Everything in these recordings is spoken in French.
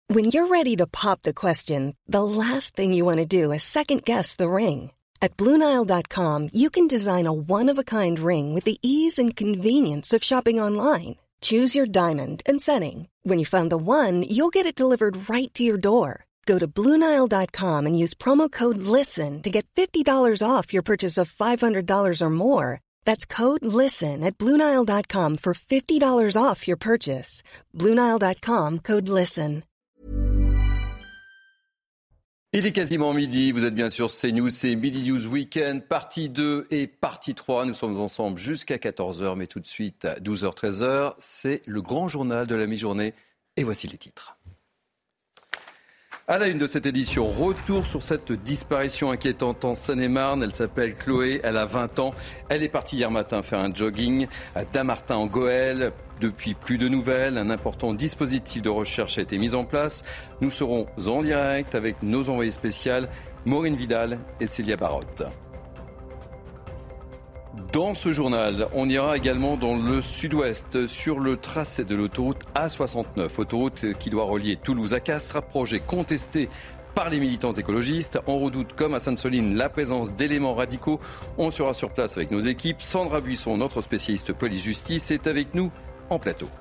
When you're ready to pop the question, the last thing you want to do is second-guess the ring. At BlueNile.com, you can design a one-of-a-kind ring with the ease and convenience of shopping online. Choose your diamond and setting. When you find the one, you'll get it delivered right to your door. Go to BlueNile.com and use promo code LISTEN to get $50 off your purchase of $500 or more. That's code LISTEN at BlueNile.com for $50 off your purchase. BlueNile.com, code LISTEN. Il est quasiment midi, vous êtes bien sûr CNews, c'est Midi News Weekend, partie 2 et partie 3. Nous sommes ensemble jusqu'à 14h, mais tout de suite à 12h, 13h, c'est le grand journal de la mi-journée. Et voici les titres. À la une de cette édition, retour sur cette disparition inquiétante en Seine-et-Marne. Elle s'appelle Chloé, elle a 20 ans. Elle est partie hier matin faire un jogging à Dammartin en Goële. Depuis, plus de nouvelles. Un important dispositif de recherche a été mis en place. Nous serons en direct avec nos envoyés spéciales, Maureen Vidal et Célia Barotte. Dans ce journal, on ira également dans le sud-ouest sur le tracé de l'autoroute A69, autoroute qui doit relier Toulouse à Castres, projet contesté par les militants écologistes. On redoute, comme à Sainte-Soline, la présence d'éléments radicaux. On sera sur place avec nos équipes. Sandra Buisson, notre spécialiste police-justice, est avec nous en plateau.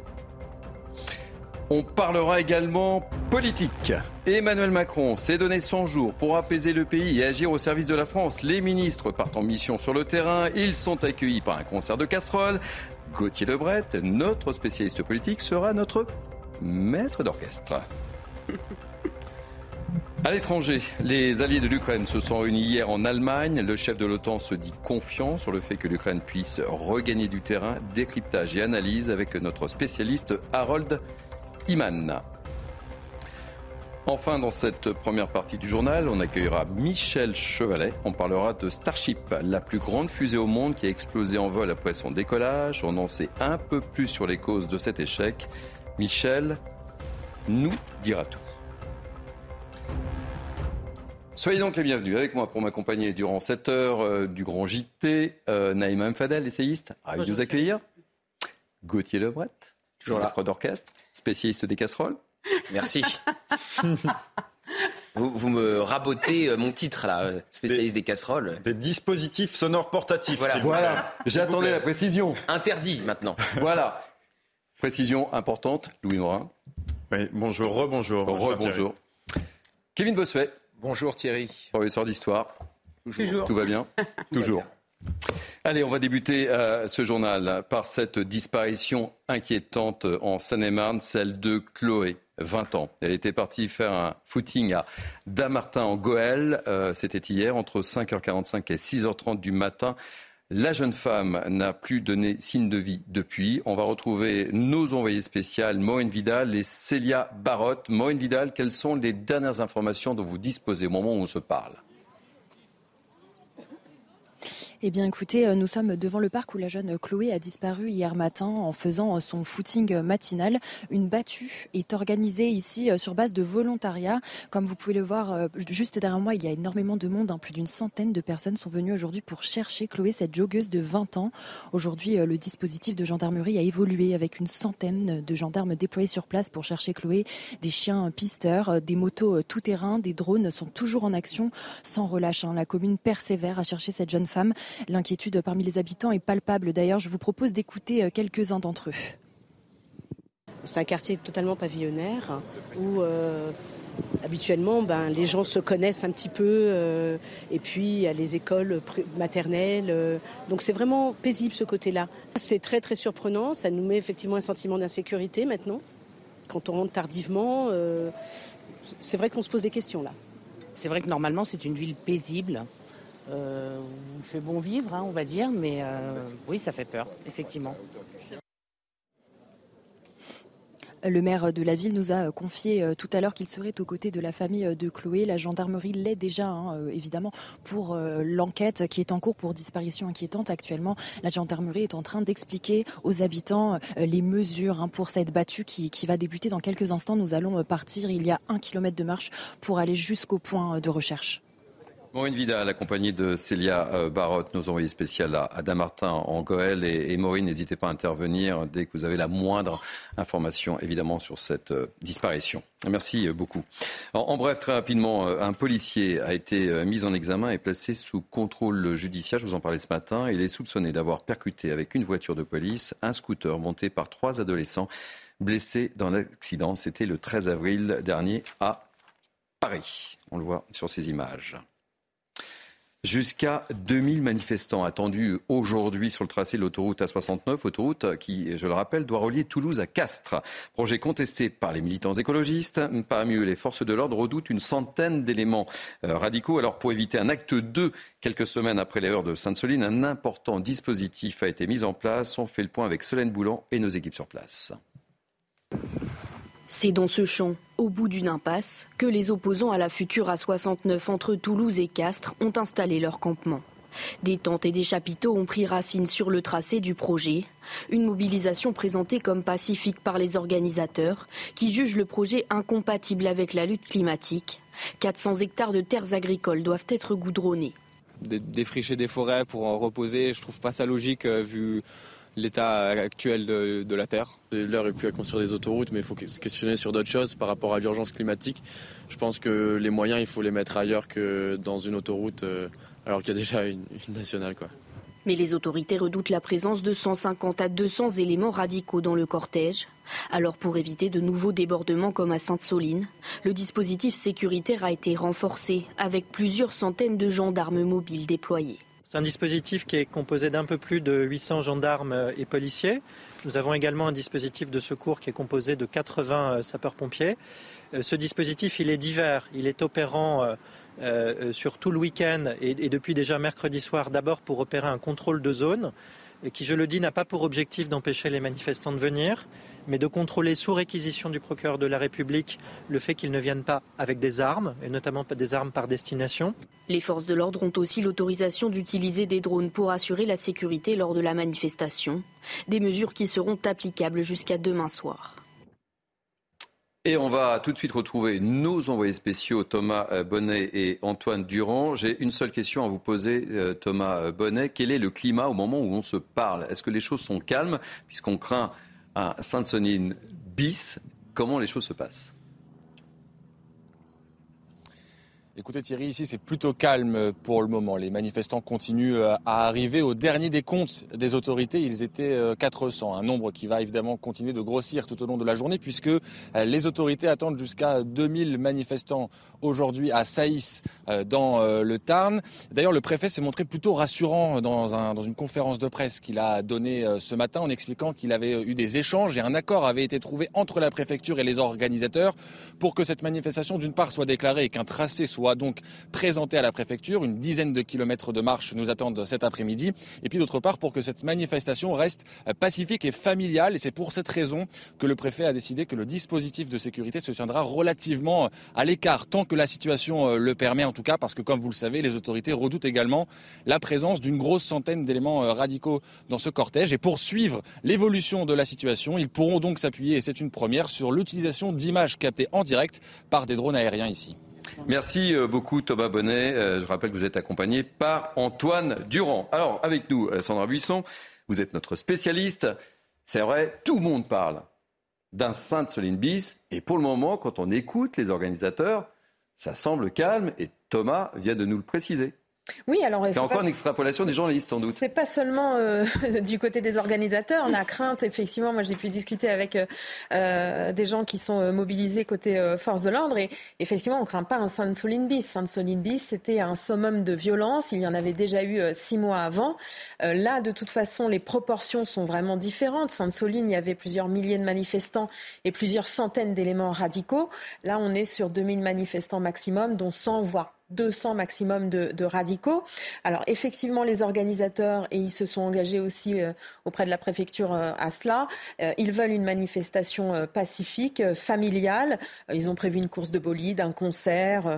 On parlera également politique. Emmanuel Macron s'est donné 100 jours pour apaiser le pays et agir au service de la France. Les ministres partent en mission sur le terrain. Ils sont accueillis par un concert de casseroles. Gauthier Lebret, notre spécialiste politique, sera notre maître d'orchestre. À l'étranger, les alliés de l'Ukraine se sont réunis hier en Allemagne. Le chef de l'OTAN se dit confiant sur le fait que l'Ukraine puisse regagner du terrain. Décryptage et analyse avec notre spécialiste Harold Iman. Enfin, dans cette première partie du journal, on accueillera Michel Chevalet. On parlera de Starship, la plus grande fusée au monde qui a explosé en vol après son décollage. On en sait un peu plus sur les causes de cet échec. Michel nous dira tout. Soyez donc les bienvenus avec moi pour m'accompagner durant 7 heures du Grand JT. Naïma Mfadel, essayiste, ravi de vous accueillir. Gauthier Lebret, toujours maître d'orchestre, spécialiste des casseroles. Merci. Vous me rabotez mon titre, là, spécialiste des casseroles. Des dispositifs sonores portatifs. Voilà. J'attendais la précision. Interdit maintenant. Voilà. Précision importante, Louis Morin. Oui, bonjour, rebonjour. Rebonjour. Kevin Bossuet. Bonjour Thierry. Professeur d'histoire. Toujours. Tout va bien. Toujours. Allez, on va débuter ce journal par cette disparition inquiétante en Seine-et-Marne, celle de Chloé, 20 ans. Elle était partie faire un footing à Dammartin en Goële. C'était hier, entre 5h45 et 6h30 du matin. La jeune femme n'a plus donné signe de vie depuis. On va retrouver nos envoyés spéciales, Maureen Vidal et Célia Barotte. Maureen Vidal, quelles sont les dernières informations dont vous disposez au moment où on se parle ? Eh bien écoutez, nous sommes devant le parc où la jeune Chloé a disparu hier matin en faisant son footing matinal. Une battue est organisée ici sur base de volontariat. Comme vous pouvez le voir juste derrière moi, il y a énormément de monde. Plus d'une centaine de personnes sont venues aujourd'hui pour chercher Chloé, cette joggeuse de 20 ans. Aujourd'hui, le dispositif de gendarmerie a évolué avec une centaine de gendarmes déployés sur place pour chercher Chloé. Des chiens pisteurs, des motos tout-terrain, des drones sont toujours en action sans relâche. La commune persévère à chercher cette jeune femme. L'inquiétude parmi les habitants est palpable. D'ailleurs, je vous propose d'écouter quelques-uns d'entre eux. C'est un quartier totalement pavillonnaire où habituellement les gens se connaissent un petit peu et puis il y a les écoles maternelles. Donc c'est vraiment paisible ce côté-là. C'est très très surprenant. Ça nous met effectivement un sentiment d'insécurité maintenant. Quand on rentre tardivement, c'est vrai qu'on se pose des questions là. C'est vrai que normalement c'est une ville paisible. Il fait bon vivre, on va dire, mais oui, ça fait peur, effectivement. Le maire de la ville nous a confié tout à l'heure qu'il serait aux côtés de la famille de Chloé. La gendarmerie l'est déjà, évidemment, pour l'enquête qui est en cours pour disparition inquiétante. Actuellement, la gendarmerie est en train d'expliquer aux habitants les mesures pour cette battue qui va débuter dans quelques instants. Nous allons partir. Il y a 1 kilomètre de marche pour aller jusqu'au point de recherche. Maureen Vidal, accompagnée de Célia Barotte, nos envoyés spéciales à Damartin en Goël. Et Maureen, n'hésitez pas à intervenir dès que vous avez la moindre information, évidemment, sur cette disparition. Merci beaucoup. En bref, très rapidement, un policier a été mis en examen et placé sous contrôle judiciaire. Je vous en parlais ce matin. Il est soupçonné d'avoir percuté avec une voiture de police un scooter monté par 3 adolescents blessés dans l'accident. C'était le 13 avril dernier à Paris. On le voit sur ces images. Jusqu'à 2000 manifestants attendus aujourd'hui sur le tracé de l'autoroute A69, autoroute qui, je le rappelle, doit relier Toulouse à Castres. Projet contesté par les militants écologistes. Parmi eux, les forces de l'ordre redoutent une centaine d'éléments radicaux. Alors, pour éviter un acte 2, quelques semaines après l'erreur de Sainte-Soline, un important dispositif a été mis en place. On fait le point avec Solène Boulan et nos équipes sur place. C'est dans ce champ, au bout d'une impasse, que les opposants à la future A69 entre Toulouse et Castres ont installé leur campement. Des tentes et des chapiteaux ont pris racine sur le tracé du projet. Une mobilisation présentée comme pacifique par les organisateurs, qui jugent le projet incompatible avec la lutte climatique. 400 hectares de terres agricoles doivent être goudronnés. Défricher des forêts pour en reposer, je trouve pas ça logique vu l'état actuel de la Terre. L'heure est plus à construire des autoroutes, mais il faut se questionner sur d'autres choses par rapport à l'urgence climatique. Je pense que les moyens, il faut les mettre ailleurs que dans une autoroute, alors qu'il y a déjà une nationale, quoi. Mais les autorités redoutent la présence de 150 à 200 éléments radicaux dans le cortège. Alors pour éviter de nouveaux débordements comme à Sainte-Soline, le dispositif sécuritaire a été renforcé avec plusieurs centaines de gendarmes mobiles déployés. C'est un dispositif qui est composé d'un peu plus de 800 gendarmes et policiers. Nous avons également un dispositif de secours qui est composé de 80 sapeurs-pompiers. Ce dispositif, il est divers. Il est opérant sur tout le week-end et depuis déjà mercredi soir, d'abord pour opérer un contrôle de zone, qui, je le dis, n'a pas pour objectif d'empêcher les manifestants de venir, mais de contrôler sous réquisition du procureur de la République le fait qu'ils ne viennent pas avec des armes, et notamment pas des armes par destination. Les forces de l'ordre ont aussi l'autorisation d'utiliser des drones pour assurer la sécurité lors de la manifestation, des mesures qui seront applicables jusqu'à demain soir. Et on va tout de suite retrouver nos envoyés spéciaux Thomas Bonnet et Antoine Durand. J'ai une seule question à vous poser, Thomas Bonnet. Quel est le climat au moment où on se parle ? Est-ce que les choses sont calmes, puisqu'on craint un Sainte-Soline bis ? Comment les choses se passent ? Écoutez Thierry, ici c'est plutôt calme pour le moment. Les manifestants continuent à arriver. Au dernier des comptes des autorités, ils étaient 400. Un nombre qui va évidemment continuer de grossir tout au long de la journée puisque les autorités attendent jusqu'à 2000 manifestants aujourd'hui à Saïs dans le Tarn. D'ailleurs, le préfet s'est montré plutôt rassurant dans une conférence de presse qu'il a donnée ce matin en expliquant qu'il avait eu des échanges et un accord avait été trouvé entre la préfecture et les organisateurs pour que cette manifestation d'une part soit déclarée et qu'un tracé soit donc présenté à la préfecture. Une dizaine de kilomètres de marche nous attendent cet après-midi. Et puis d'autre part pour que cette manifestation reste pacifique et familiale. Et c'est pour cette raison que le préfet a décidé que le dispositif de sécurité se tiendra relativement à l'écart, tant que la situation le permet en tout cas, parce que comme vous le savez, les autorités redoutent également la présence d'une grosse centaine d'éléments radicaux dans ce cortège. Et pour suivre l'évolution de la situation, ils pourront donc s'appuyer, et c'est une première, sur l'utilisation d'images captées en direct par des drones aériens ici. Merci beaucoup Thomas Bonnet. Je rappelle que vous êtes accompagné par Antoine Durand. Alors avec nous Sandra Buisson, vous êtes notre spécialiste. C'est vrai, tout le monde parle d'un Sainte-Soline bis et pour le moment, quand on écoute les organisateurs, ça semble calme et Thomas vient de nous le préciser. Oui, alors c'est encore une extrapolation des journalistes sans doute. C'est pas seulement du côté des organisateurs. La crainte, effectivement, moi j'ai pu discuter avec des gens qui sont mobilisés côté force de l'ordre et effectivement on craint pas un Sainte-Soline bis. Sainte-Soline bis, c'était un summum de violence. Il y en avait déjà eu 6 mois avant. Là, de toute façon, les proportions sont vraiment différentes. Sainte-Soline, il y avait plusieurs milliers de manifestants et plusieurs centaines d'éléments radicaux. Là, on est sur 2000 manifestants maximum, dont 100 voire 200 maximum de radicaux. Alors effectivement, les organisateurs, et ils se sont engagés aussi auprès de la préfecture à cela, ils veulent une manifestation pacifique, familiale. Ils ont prévu une course de bolide, un concert.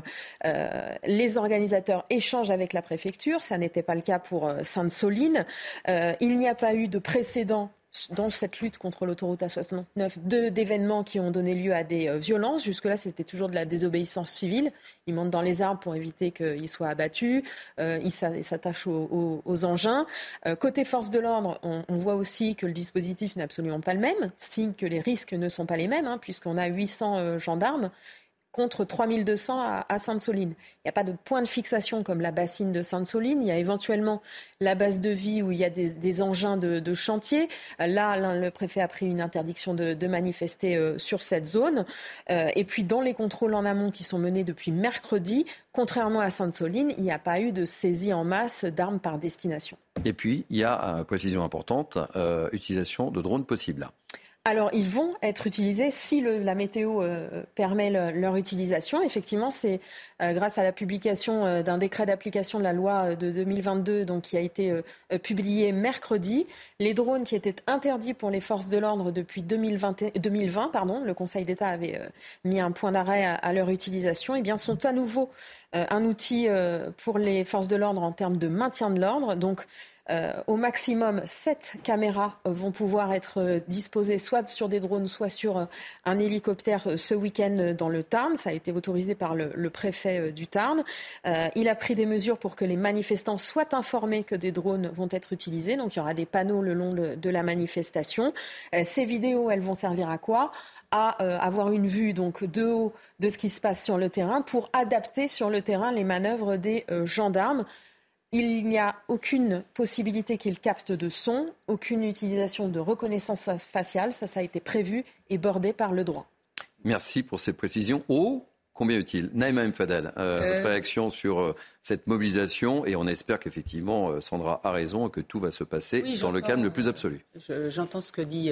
Les organisateurs échangent avec la préfecture. Ça n'était pas le cas pour Sainte-Soline. Il n'y a pas eu de précédent dans cette lutte contre l'autoroute A69 d'événements qui ont donné lieu à des violences. Jusque-là, c'était toujours de la désobéissance civile. Ils montent dans les arbres pour éviter qu'ils soient abattus. Ils s'attachent aux engins. Côté force de l'ordre, on voit aussi que le dispositif n'est absolument pas le même, signe que les risques ne sont pas les mêmes, puisqu'on a 800 gendarmes contre 3200 à Sainte-Soline. Il n'y a pas de point de fixation comme la bassine de Sainte-Soline. Il y a éventuellement la base de vie où il y a des engins de chantier. Là, le préfet a pris une interdiction de manifester sur cette zone. Et puis, dans les contrôles en amont qui sont menés depuis mercredi, contrairement à Sainte-Soline, il n'y a pas eu de saisie en masse d'armes par destination. Et puis, il y a, précision importante, utilisation de drones possible. Alors, ils vont être utilisés si la météo permet leur utilisation. Effectivement, c'est grâce à la publication d'un décret d'application de la loi de 2022, donc, qui a été publié mercredi. Les drones qui étaient interdits pour les forces de l'ordre depuis 2020, le Conseil d'État avait mis un point d'arrêt à leur utilisation, sont à nouveau un outil pour les forces de l'ordre en termes de maintien de l'ordre. Donc, au maximum, 7 caméras vont pouvoir être disposées soit sur des drones, soit sur un hélicoptère ce week-end dans le Tarn. Ça a été autorisé par le préfet du Tarn. Il a pris des mesures pour que les manifestants soient informés que des drones vont être utilisés. Donc il y aura des panneaux le long de la manifestation. Ces vidéos, elles vont servir à quoi ? À avoir une vue donc de haut de ce qui se passe sur le terrain pour adapter sur le terrain les manœuvres des gendarmes. Il n'y a aucune possibilité qu'ils captent de son, aucune utilisation de reconnaissance faciale. Ça a été prévu et bordé par le droit. Merci pour ces précisions. Combien utile ? Naïma M. Fadel, votre réaction sur cette mobilisation, et on espère qu'effectivement Sandra a raison et que tout va se passer dans le calme le plus absolu. J'entends ce que dit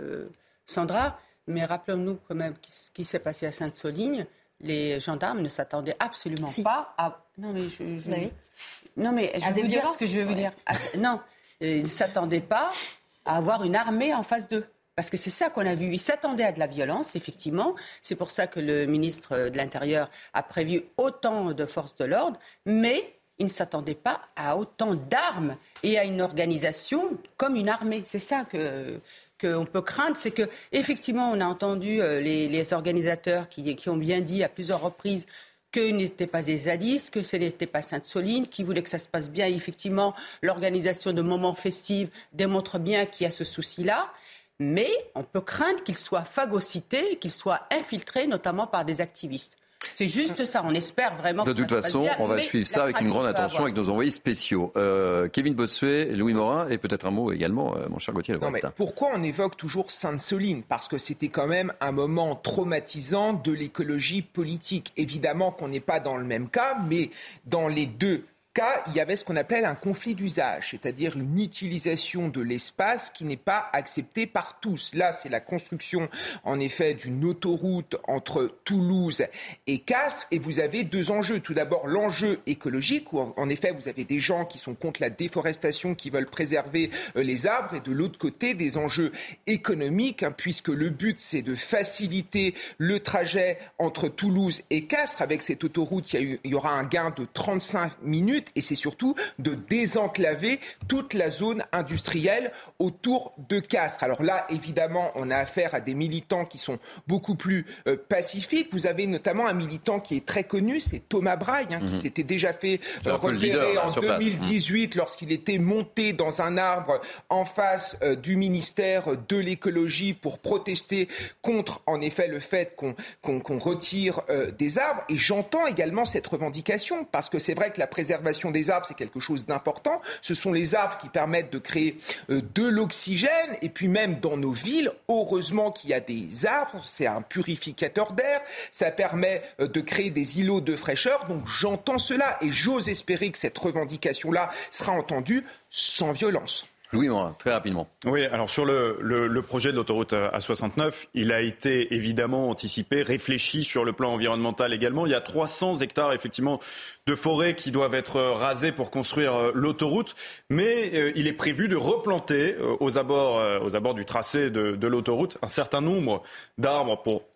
Sandra, mais rappelons-nous quand même ce qui s'est passé à Sainte-Soline. Les gendarmes ne s'attendaient absolument pas à... Non, mais je vais vous dire ce que je vais vous dire. Non, ils ne s'attendaient pas à avoir une armée en face d'eux. Parce que c'est ça qu'on a vu. Ils s'attendaient à de la violence, effectivement. C'est pour ça que le ministre de l'Intérieur a prévu autant de forces de l'ordre. Mais ils ne s'attendaient pas à autant d'armes et à une organisation comme une armée. C'est ça qu'on peut craindre, c'est que effectivement, on a entendu les organisateurs qui ont bien dit à plusieurs reprises que n'étaient pas des zadistes, que ce n'était pas Sainte-Soline, qui voulaient que ça se passe bien. Et effectivement, l'organisation de moments festifs démontre bien qu'il y a ce souci-là. Mais on peut craindre qu'il soit phagocyté, qu'il soit infiltré, notamment par des activistes. C'est juste ça, on espère vraiment que de toute façon, on va suivre ça avec une grande attention avec nos envoyés spéciaux. Kevin Bossuet, Louis Morin, et peut-être un mot également, mon cher Gauthier Lebret. Non, mais pourquoi on évoque toujours Sainte-Soline ? Parce que c'était quand même un moment traumatisant de l'écologie politique. Évidemment qu'on n'est pas dans le même cas, mais dans les deux cas, il y avait ce qu'on appelle un conflit d'usage, c'est-à-dire une utilisation de l'espace qui n'est pas acceptée par tous. Là, c'est la construction, en effet, d'une autoroute entre Toulouse et Castres, et vous avez deux enjeux. Tout d'abord, l'enjeu écologique, où en effet, vous avez des gens qui sont contre la déforestation, qui veulent préserver les arbres, et de l'autre côté, des enjeux économiques, puisque le but, c'est de faciliter le trajet entre Toulouse et Castres. Avec cette autoroute, il y aura un gain de 35 minutes, et c'est surtout de désenclaver toute la zone industrielle autour de Castres. Alors là, évidemment, on a affaire à des militants qui sont beaucoup plus pacifiques. Vous avez notamment un militant qui est très connu, c'est Thomas Braille, qui s'était déjà fait repérer en 2018 lorsqu'il était monté dans un arbre en face du ministère de l'écologie pour protester contre, en effet, le fait qu'on retire des arbres. Et j'entends également cette revendication, parce que c'est vrai que la préservation des arbres, c'est quelque chose d'important. Ce sont les arbres qui permettent de créer de l'oxygène, et puis même dans nos villes, heureusement qu'il y a des arbres, c'est un purificateur d'air, ça permet de créer des îlots de fraîcheur, donc j'entends cela, et j'ose espérer que cette revendication-là sera entendue sans violence. Louis Morin, très rapidement. Oui, alors sur le projet de l'autoroute A69, il a été évidemment anticipé, réfléchi sur le plan environnemental également. Il y a 300 hectares effectivement de forêt qui doivent être rasés pour construire l'autoroute, mais il est prévu de replanter aux abords du tracé de l'autoroute un certain nombre d'arbres pour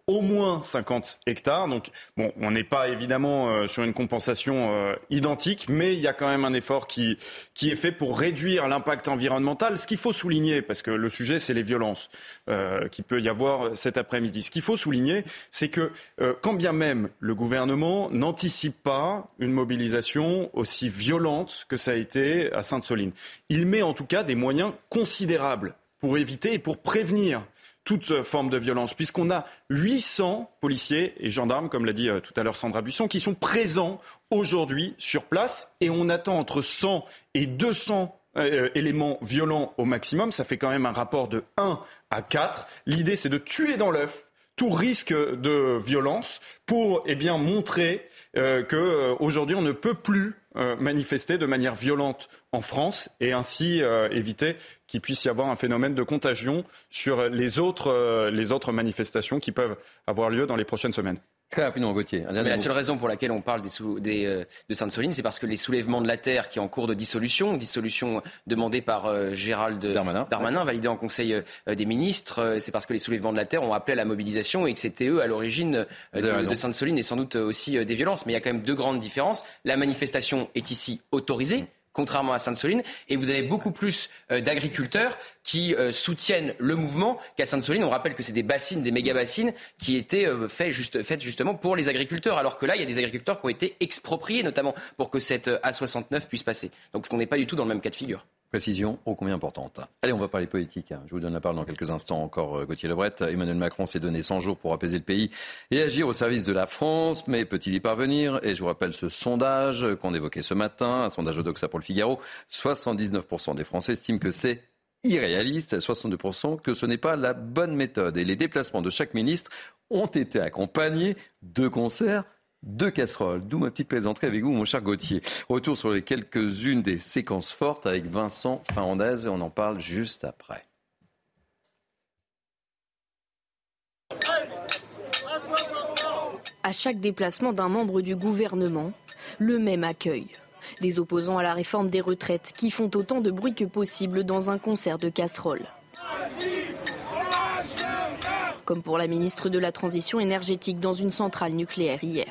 au moins 50 hectares. Donc, bon, on n'est pas évidemment sur une compensation identique, mais il y a quand même un effort qui est fait pour réduire l'impact environnemental. Ce qu'il faut souligner, parce que le sujet, c'est les violences qu'il peut y avoir cet après-midi. Ce qu'il faut souligner, c'est que quand bien même le gouvernement n'anticipe pas une mobilisation aussi violente que ça a été à Sainte-Soline, il met en tout cas des moyens considérables pour éviter et pour prévenir toute forme de violence, puisqu'on a 800 policiers et gendarmes, comme l'a dit tout à l'heure Sandra Buisson, qui sont présents aujourd'hui sur place, et on attend entre 100 et 200 éléments violents au maximum. Ça fait quand même un rapport de 1 à 4. L'idée, c'est de tuer dans l'œuf tout risque de violence pour montrer qu'aujourd'hui, on ne peut plus manifester de manière violente en France et ainsi éviter qu'il puisse y avoir un phénomène de contagion sur les autres manifestations qui peuvent avoir lieu dans les prochaines semaines. Très rapidement, Gauthier. Mais la seule raison pour laquelle on parle de Sainte-Soline, c'est parce que les soulèvements de la terre qui est en cours de dissolution demandée par Gérald Darmanin, validée en Conseil des ministres, c'est parce que les soulèvements de la terre ont appelé à la mobilisation et que c'était eux à l'origine de Sainte-Soline et sans doute aussi des violences. Mais il y a quand même deux grandes différences. La manifestation est ici autorisée, contrairement à Sainte-Soline, et vous avez beaucoup plus d'agriculteurs qui soutiennent le mouvement qu'à Sainte-Soline. On rappelle que c'est des bassines, des méga-bassines qui étaient faites justement pour les agriculteurs, alors que là, il y a des agriculteurs qui ont été expropriés, notamment pour que cette A69 puisse passer. Donc, on n'est pas du tout dans le même cas de figure. Précision ô combien importante. Allez, on va parler politique. Je vous donne la parole dans quelques instants encore, Gauthier Lebret. Emmanuel Macron s'est donné 100 jours pour apaiser le pays et agir au service de la France. Mais peut-il y parvenir ? Et je vous rappelle ce sondage qu'on évoquait ce matin, un sondage Odoxa pour le Figaro. 79% des Français estiment que c'est irréaliste, 62% que ce n'est pas la bonne méthode. Et les déplacements de chaque ministre ont été accompagnés de concerts, de casseroles. D'où ma petite plaisanterie avec vous, mon cher Gauthier. Retour sur les quelques-unes des séquences fortes avec Vincent Fernandez et on en parle juste après. À chaque déplacement d'un membre du gouvernement, le même accueil. Des opposants à la réforme des retraites qui font autant de bruit que possible dans un concert de casseroles. Comme pour la ministre de la Transition énergétique dans une centrale nucléaire hier.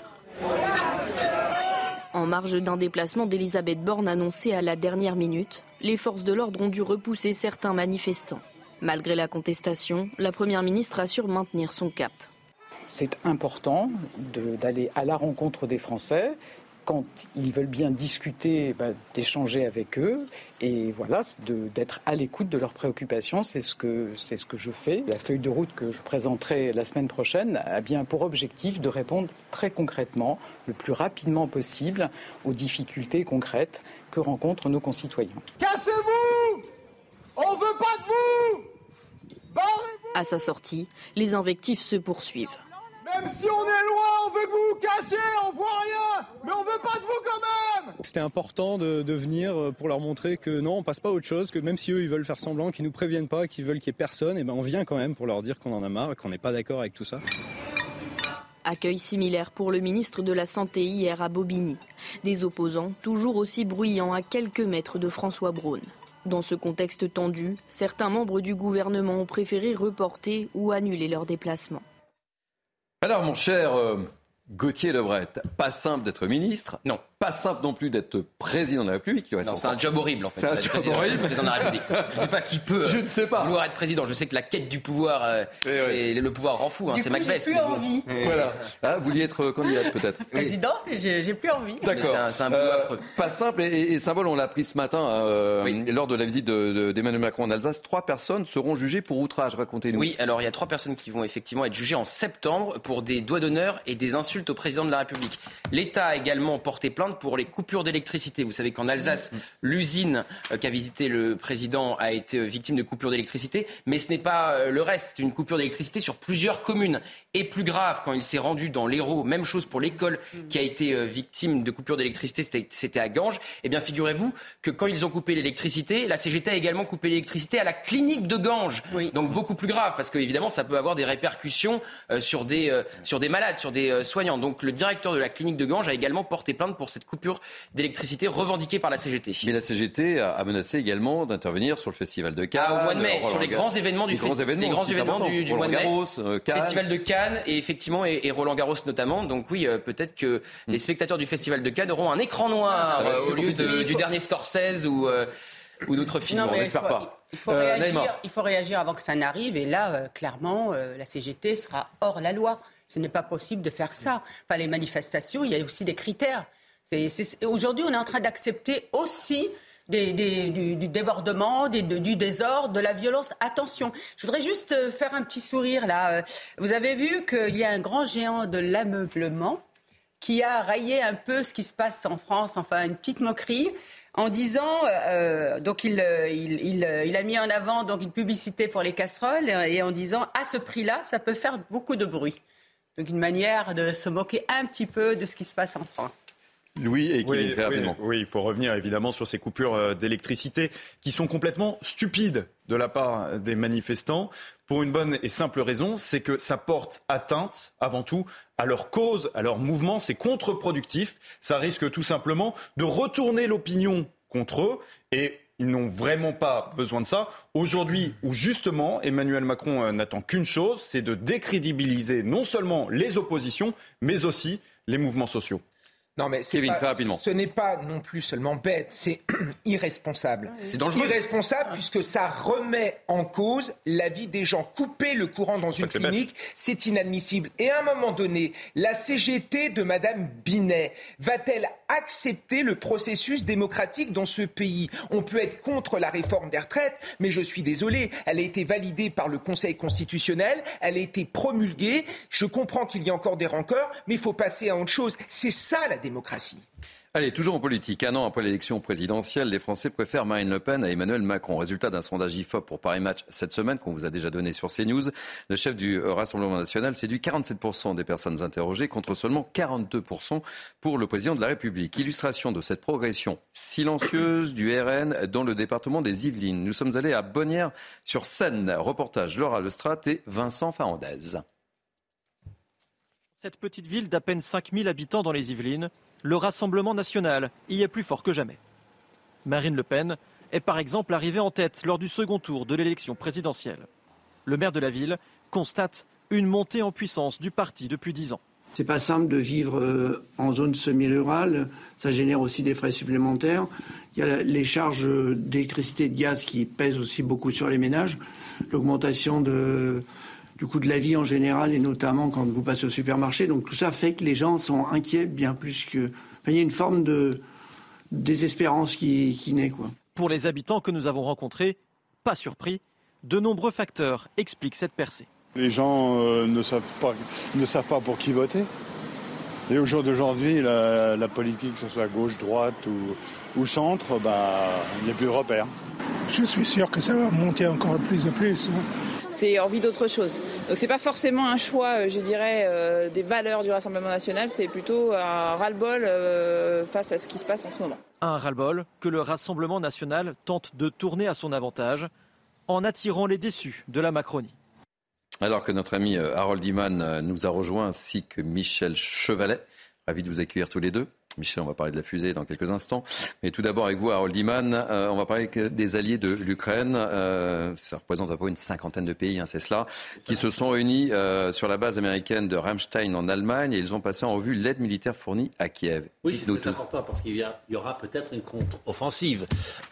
En marge d'un déplacement d'Elisabeth Borne annoncé à la dernière minute, les forces de l'ordre ont dû repousser certains manifestants. Malgré la contestation, la Première ministre assure maintenir son cap. C'est important d'aller à la rencontre des Français. Quand ils veulent bien discuter, d'échanger avec eux et voilà, d'être à l'écoute de leurs préoccupations, c'est ce que je fais. La feuille de route que je présenterai la semaine prochaine a bien pour objectif de répondre très concrètement, le plus rapidement possible, aux difficultés concrètes que rencontrent nos concitoyens. Cassez-vous! On veut pas de vous! Barrez-vous! À sa sortie, les invectives se poursuivent. Même si on est loin, on veut que vous vous cassiez, on voit rien, mais on veut pas de vous quand même. C'était important de venir pour leur montrer que non, on passe pas à autre chose, que même si eux ils veulent faire semblant, qu'ils nous préviennent pas, qu'ils veulent qu'il y ait personne, et on vient quand même pour leur dire qu'on en a marre et qu'on n'est pas d'accord avec tout ça. Accueil similaire pour le ministre de la Santé hier à Bobigny. Des opposants toujours aussi bruyants à quelques mètres de François Braun. Dans ce contexte tendu, certains membres du gouvernement ont préféré reporter ou annuler leur déplacement. Alors, mon cher Gauthier Lebret, pas simple d'être ministre. Non. Pas simple non plus d'être président de la République. Non, c'est un job horrible en fait. C'est un job horrible. Président de la République. Je ne sais pas qui peut vouloir être président. Je sais que la quête du pouvoir, le pouvoir rend fou. C'est Macbeth. J'ai plus envie. Voilà. Ah, vous vouliez être candidate peut-être. Présidente, et j'ai plus envie. D'accord. C'est un boulot affreux. Pas simple et symbole. On l'a appris ce matin lors de la visite d'Emmanuel Macron en Alsace. 3 personnes seront jugées pour outrage. Racontez-nous. Oui, alors il y a 3 personnes qui vont effectivement être jugées en septembre pour des doigts d'honneur et des insultes au président de la République. L'État a également porté plainte pour les coupures d'électricité. Vous savez qu'en Alsace, l'usine qu'a visité le président a été victime de coupures d'électricité, mais ce n'est pas le reste. C'est une coupure d'électricité sur plusieurs communes. Et plus grave, quand il s'est rendu dans l'Hérault, même chose pour l'école qui a été victime de coupures d'électricité, c'était à Ganges. Eh bien, figurez-vous que quand ils ont coupé l'électricité, la CGT a également coupé l'électricité à la clinique de Ganges. Oui. Donc beaucoup plus grave, parce qu'évidemment, ça peut avoir des répercussions sur des malades, sur des soignants. Donc le directeur de la clinique de Ganges a également porté plainte pour cette cette coupure d'électricité revendiquée par la CGT. Mais la CGT a menacé également d'intervenir sur le Festival de Cannes. Au mois de mai, sur les grands événements du mois de mai. Festival de Cannes et effectivement et Roland Garros notamment. Donc oui, peut-être que les spectateurs du Festival de Cannes auront un écran noir au lieu du dernier Scorsese ou d'autres films. Non, mais on n'espère pas. Il faut réagir avant que ça n'arrive. Et là, clairement, la CGT sera hors la loi. Ce n'est pas possible de faire ça. Enfin, les manifestations, il y a aussi des critères. Aujourd'hui, on est en train d'accepter aussi du débordement, du désordre, de la violence. Attention, je voudrais juste faire un petit sourire là. Vous avez vu qu'il y a un grand géant de l'ameublement qui a raillé un peu ce qui se passe en France, enfin une petite moquerie, en disant, donc il a mis en avant donc une publicité pour les casseroles et en disant à ce prix-là, ça peut faire beaucoup de bruit. Donc une manière de se moquer un petit peu de ce qui se passe en France. Louis et Kevin, très rapidement. Oui, il faut revenir évidemment sur ces coupures d'électricité qui sont complètement stupides de la part des manifestants pour une bonne et simple raison, c'est que ça porte atteinte avant tout à leur cause, à leur mouvement, c'est contre-productif, ça risque tout simplement de retourner l'opinion contre eux et ils n'ont vraiment pas besoin de ça. Aujourd'hui, où justement Emmanuel Macron n'attend qu'une chose, c'est de décrédibiliser non seulement les oppositions, mais aussi les mouvements sociaux. Non, mais Kevin, très rapidement. Ce n'est pas non plus seulement bête, c'est irresponsable. C'est dangereux. Irresponsable puisque ça remet en cause la vie des gens. Couper le courant dans une clinique, c'est inadmissible. Et à un moment donné, la CGT de Madame Binet va-t-elle accepter le processus démocratique dans ce pays ? On peut être contre la réforme des retraites, mais je suis désolé, elle a été validée par le Conseil constitutionnel, elle a été promulguée. Je comprends qu'il y a encore des rancœurs, mais il faut passer à autre chose. C'est ça la démocratie. Allez, toujours en politique. Un an après l'élection présidentielle, les Français préfèrent Marine Le Pen à Emmanuel Macron. Résultat d'un sondage IFOP pour Paris Match cette semaine, qu'on vous a déjà donné sur CNews. Le chef du Rassemblement national séduit 47% des personnes interrogées contre seulement 42% pour le président de la République. Illustration de cette progression silencieuse du RN dans le département des Yvelines. Nous sommes allés à Bonnières-sur-Seine. Reportage Laura Lestrade et Vincent Farandez. Cette petite ville d'à peine 5000 habitants dans les Yvelines, le Rassemblement national y est plus fort que jamais. Marine Le Pen est par exemple arrivée en tête lors du second tour de l'élection présidentielle. Le maire de la ville constate une montée en puissance du parti depuis 10 ans. C'est pas simple de vivre en zone semi-rurale, ça génère aussi des frais supplémentaires. Il y a les charges d'électricité et de gaz qui pèsent aussi beaucoup sur les ménages, l'augmentation du coût de la vie en général et notamment quand vous passez au supermarché. Donc tout ça fait que les gens sont inquiets bien plus que... Enfin, il y a une forme de désespérance qui naît, quoi. Pour les habitants que nous avons rencontrés, pas surpris, de nombreux facteurs expliquent cette percée. Les gens ne savent pas pour qui voter. Et au jour d'aujourd'hui, la politique, que ce soit gauche, droite ou centre, il n'y a plus de repères. Je suis sûr que ça va monter encore plus. C'est envie d'autre chose. Donc c'est pas forcément un choix, je dirais, des valeurs du Rassemblement national, c'est plutôt un ras-le-bol face à ce qui se passe en ce moment. Un ras-le-bol que le Rassemblement national tente de tourner à son avantage en attirant les déçus de la Macronie. Alors que notre ami Harold Iman nous a rejoint ainsi que Michel Chevalet, ravi de vous accueillir tous les deux. Michel, on va parler de la fusée dans quelques instants. Mais tout d'abord, avec vous, Harold Iman, on va parler des alliés de l'Ukraine. Ça représente à peu près une cinquantaine de pays, c'est cela, qui se sont réunis sur la base américaine de Ramstein en Allemagne et ils ont passé en revue l'aide militaire fournie à Kiev. Oui, c'est important parce qu'il y aura peut-être une contre-offensive.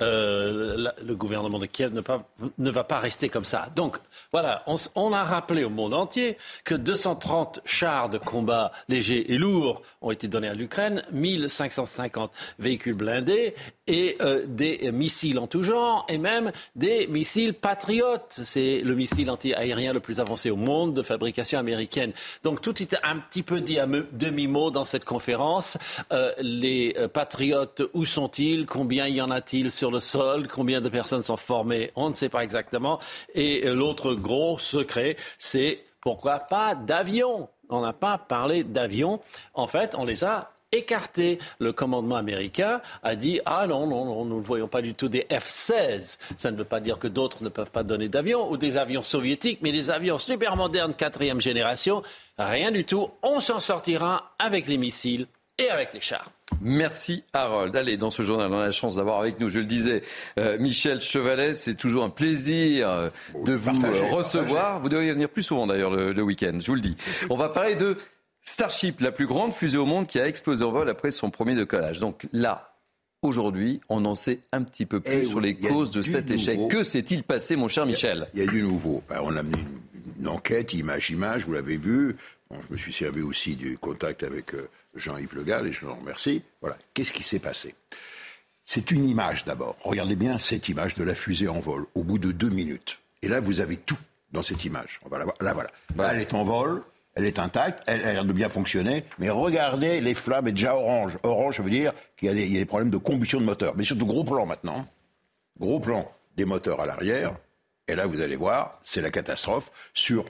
Le gouvernement de Kiev ne va pas rester comme ça. Donc, voilà, on a rappelé au monde entier que 230 chars de combat légers et lourds ont été donnés à l'Ukraine, 1550 véhicules blindés et des missiles en tout genre et même des missiles patriotes. C'est le missile anti-aérien le plus avancé au monde de fabrication américaine. Donc tout était un petit peu dit à demi-mot dans cette conférence. Les patriotes, où sont-ils? Combien y en a-t-il sur le sol? Combien de personnes sont formées? On ne sait pas exactement. Et l'autre gros secret, c'est pourquoi pas d'avions? On n'a pas parlé d'avions. En fait, on les a écarté. Le commandement américain a dit « Ah non, nous ne voyons pas du tout des F-16 ». Ça ne veut pas dire que d'autres ne peuvent pas donner d'avions ou des avions soviétiques, mais des avions super modernes 4e génération, rien du tout. On s'en sortira avec les missiles et avec les chars. Merci Harold. Allez, dans ce journal, on a la chance d'avoir avec nous, je le disais, Michel Chevalet. C'est toujours un plaisir de vous recevoir. Vous devriez venir plus souvent d'ailleurs le week-end, je vous le dis. On va parler de Starship, la plus grande fusée au monde qui a explosé en vol après son premier décollage. Donc là, aujourd'hui, on en sait un petit peu plus sur les causes de cet échec. Que s'est-il passé, mon cher Michel ? Il y a du nouveau. On a mené une enquête, image, vous l'avez vu. Bon, je me suis servi aussi du contact avec Jean-Yves Le Gall et je l'en remercie. Voilà. Qu'est-ce qui s'est passé ? C'est une image d'abord. Regardez bien cette image de la fusée en vol au bout de 2 minutes. Et là, vous avez tout dans cette image. Là, voilà. Elle est en vol, elle est intacte, elle a l'air de bien fonctionner. Mais regardez, les flammes est déjà orange. Orange, ça veut dire qu'il y a des problèmes de combustion de moteur. Mais surtout, gros plan maintenant. Gros plan des moteurs à l'arrière. Et là, vous allez voir, c'est la catastrophe. Sur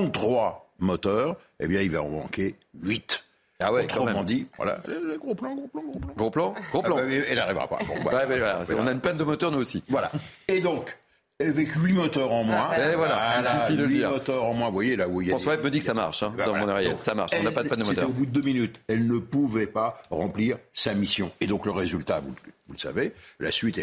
33 moteurs, eh bien, il va en manquer 8. Ah ouais, autrement dit, voilà, gros plan. Gros plan. Elle n'arrivera pas. Bon, voilà. On a une panne de moteur, nous aussi. Voilà. Et donc, avec 8 moteurs en moins. Et voilà, il suffit de le dire. 8 moteurs en moins, vous voyez, là où il y a... François me dit que ça marche, dans mon oreillette. Ça marche, on n'a pas de panne de moteur. Au bout de 2 minutes, elle ne pouvait pas remplir sa mission. Et donc, le résultat, vous le savez, la suite,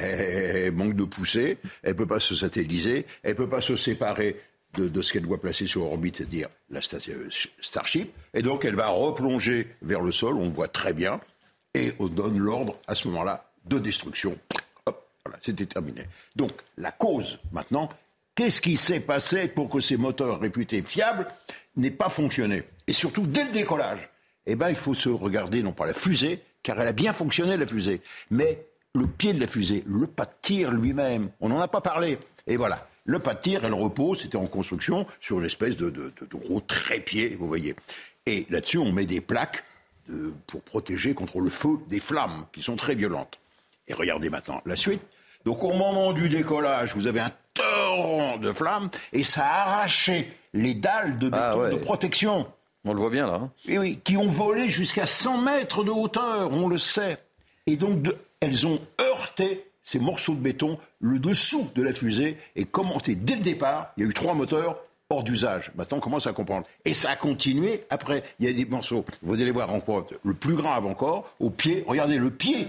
elle manque de poussée, elle ne peut pas se satelliser, elle ne peut pas se séparer de ce qu'elle doit placer sur orbite, c'est-à-dire la station Starship. Et donc, elle va replonger vers le sol, on le voit très bien, et on donne l'ordre, à ce moment-là, de destruction. Hop, voilà, c'était terminé. Donc, la cause, maintenant, qu'est-ce qui s'est passé pour que ces moteurs réputés fiables n'aient pas fonctionné ? Et surtout, dès le décollage, il faut se regarder, non pas la fusée, car elle a bien fonctionné, la fusée, mais le pied de la fusée, le pas de tir lui-même, on n'en a pas parlé. Et voilà. Le pas de tir, elle repose, c'était en construction, sur une espèce de gros trépied, vous voyez. Et là-dessus, on met des plaques pour protéger contre le feu des flammes, qui sont très violentes. Et regardez maintenant la suite. Donc au moment du décollage, vous avez un torrent de flammes, et ça a arraché les dalles de béton de protection. On le voit bien, là. Hein. Oui, qui ont volé jusqu'à 100 mètres de hauteur, on le sait. Et donc, elles ont heurté ces morceaux de béton, le dessous de la fusée, et commencé dès le départ. Il y a eu 3 moteurs hors d'usage. Maintenant, on commence à comprendre. Et ça a continué après. Il y a des morceaux, vous allez voir encore, le plus grave encore, au pied. Regardez le pied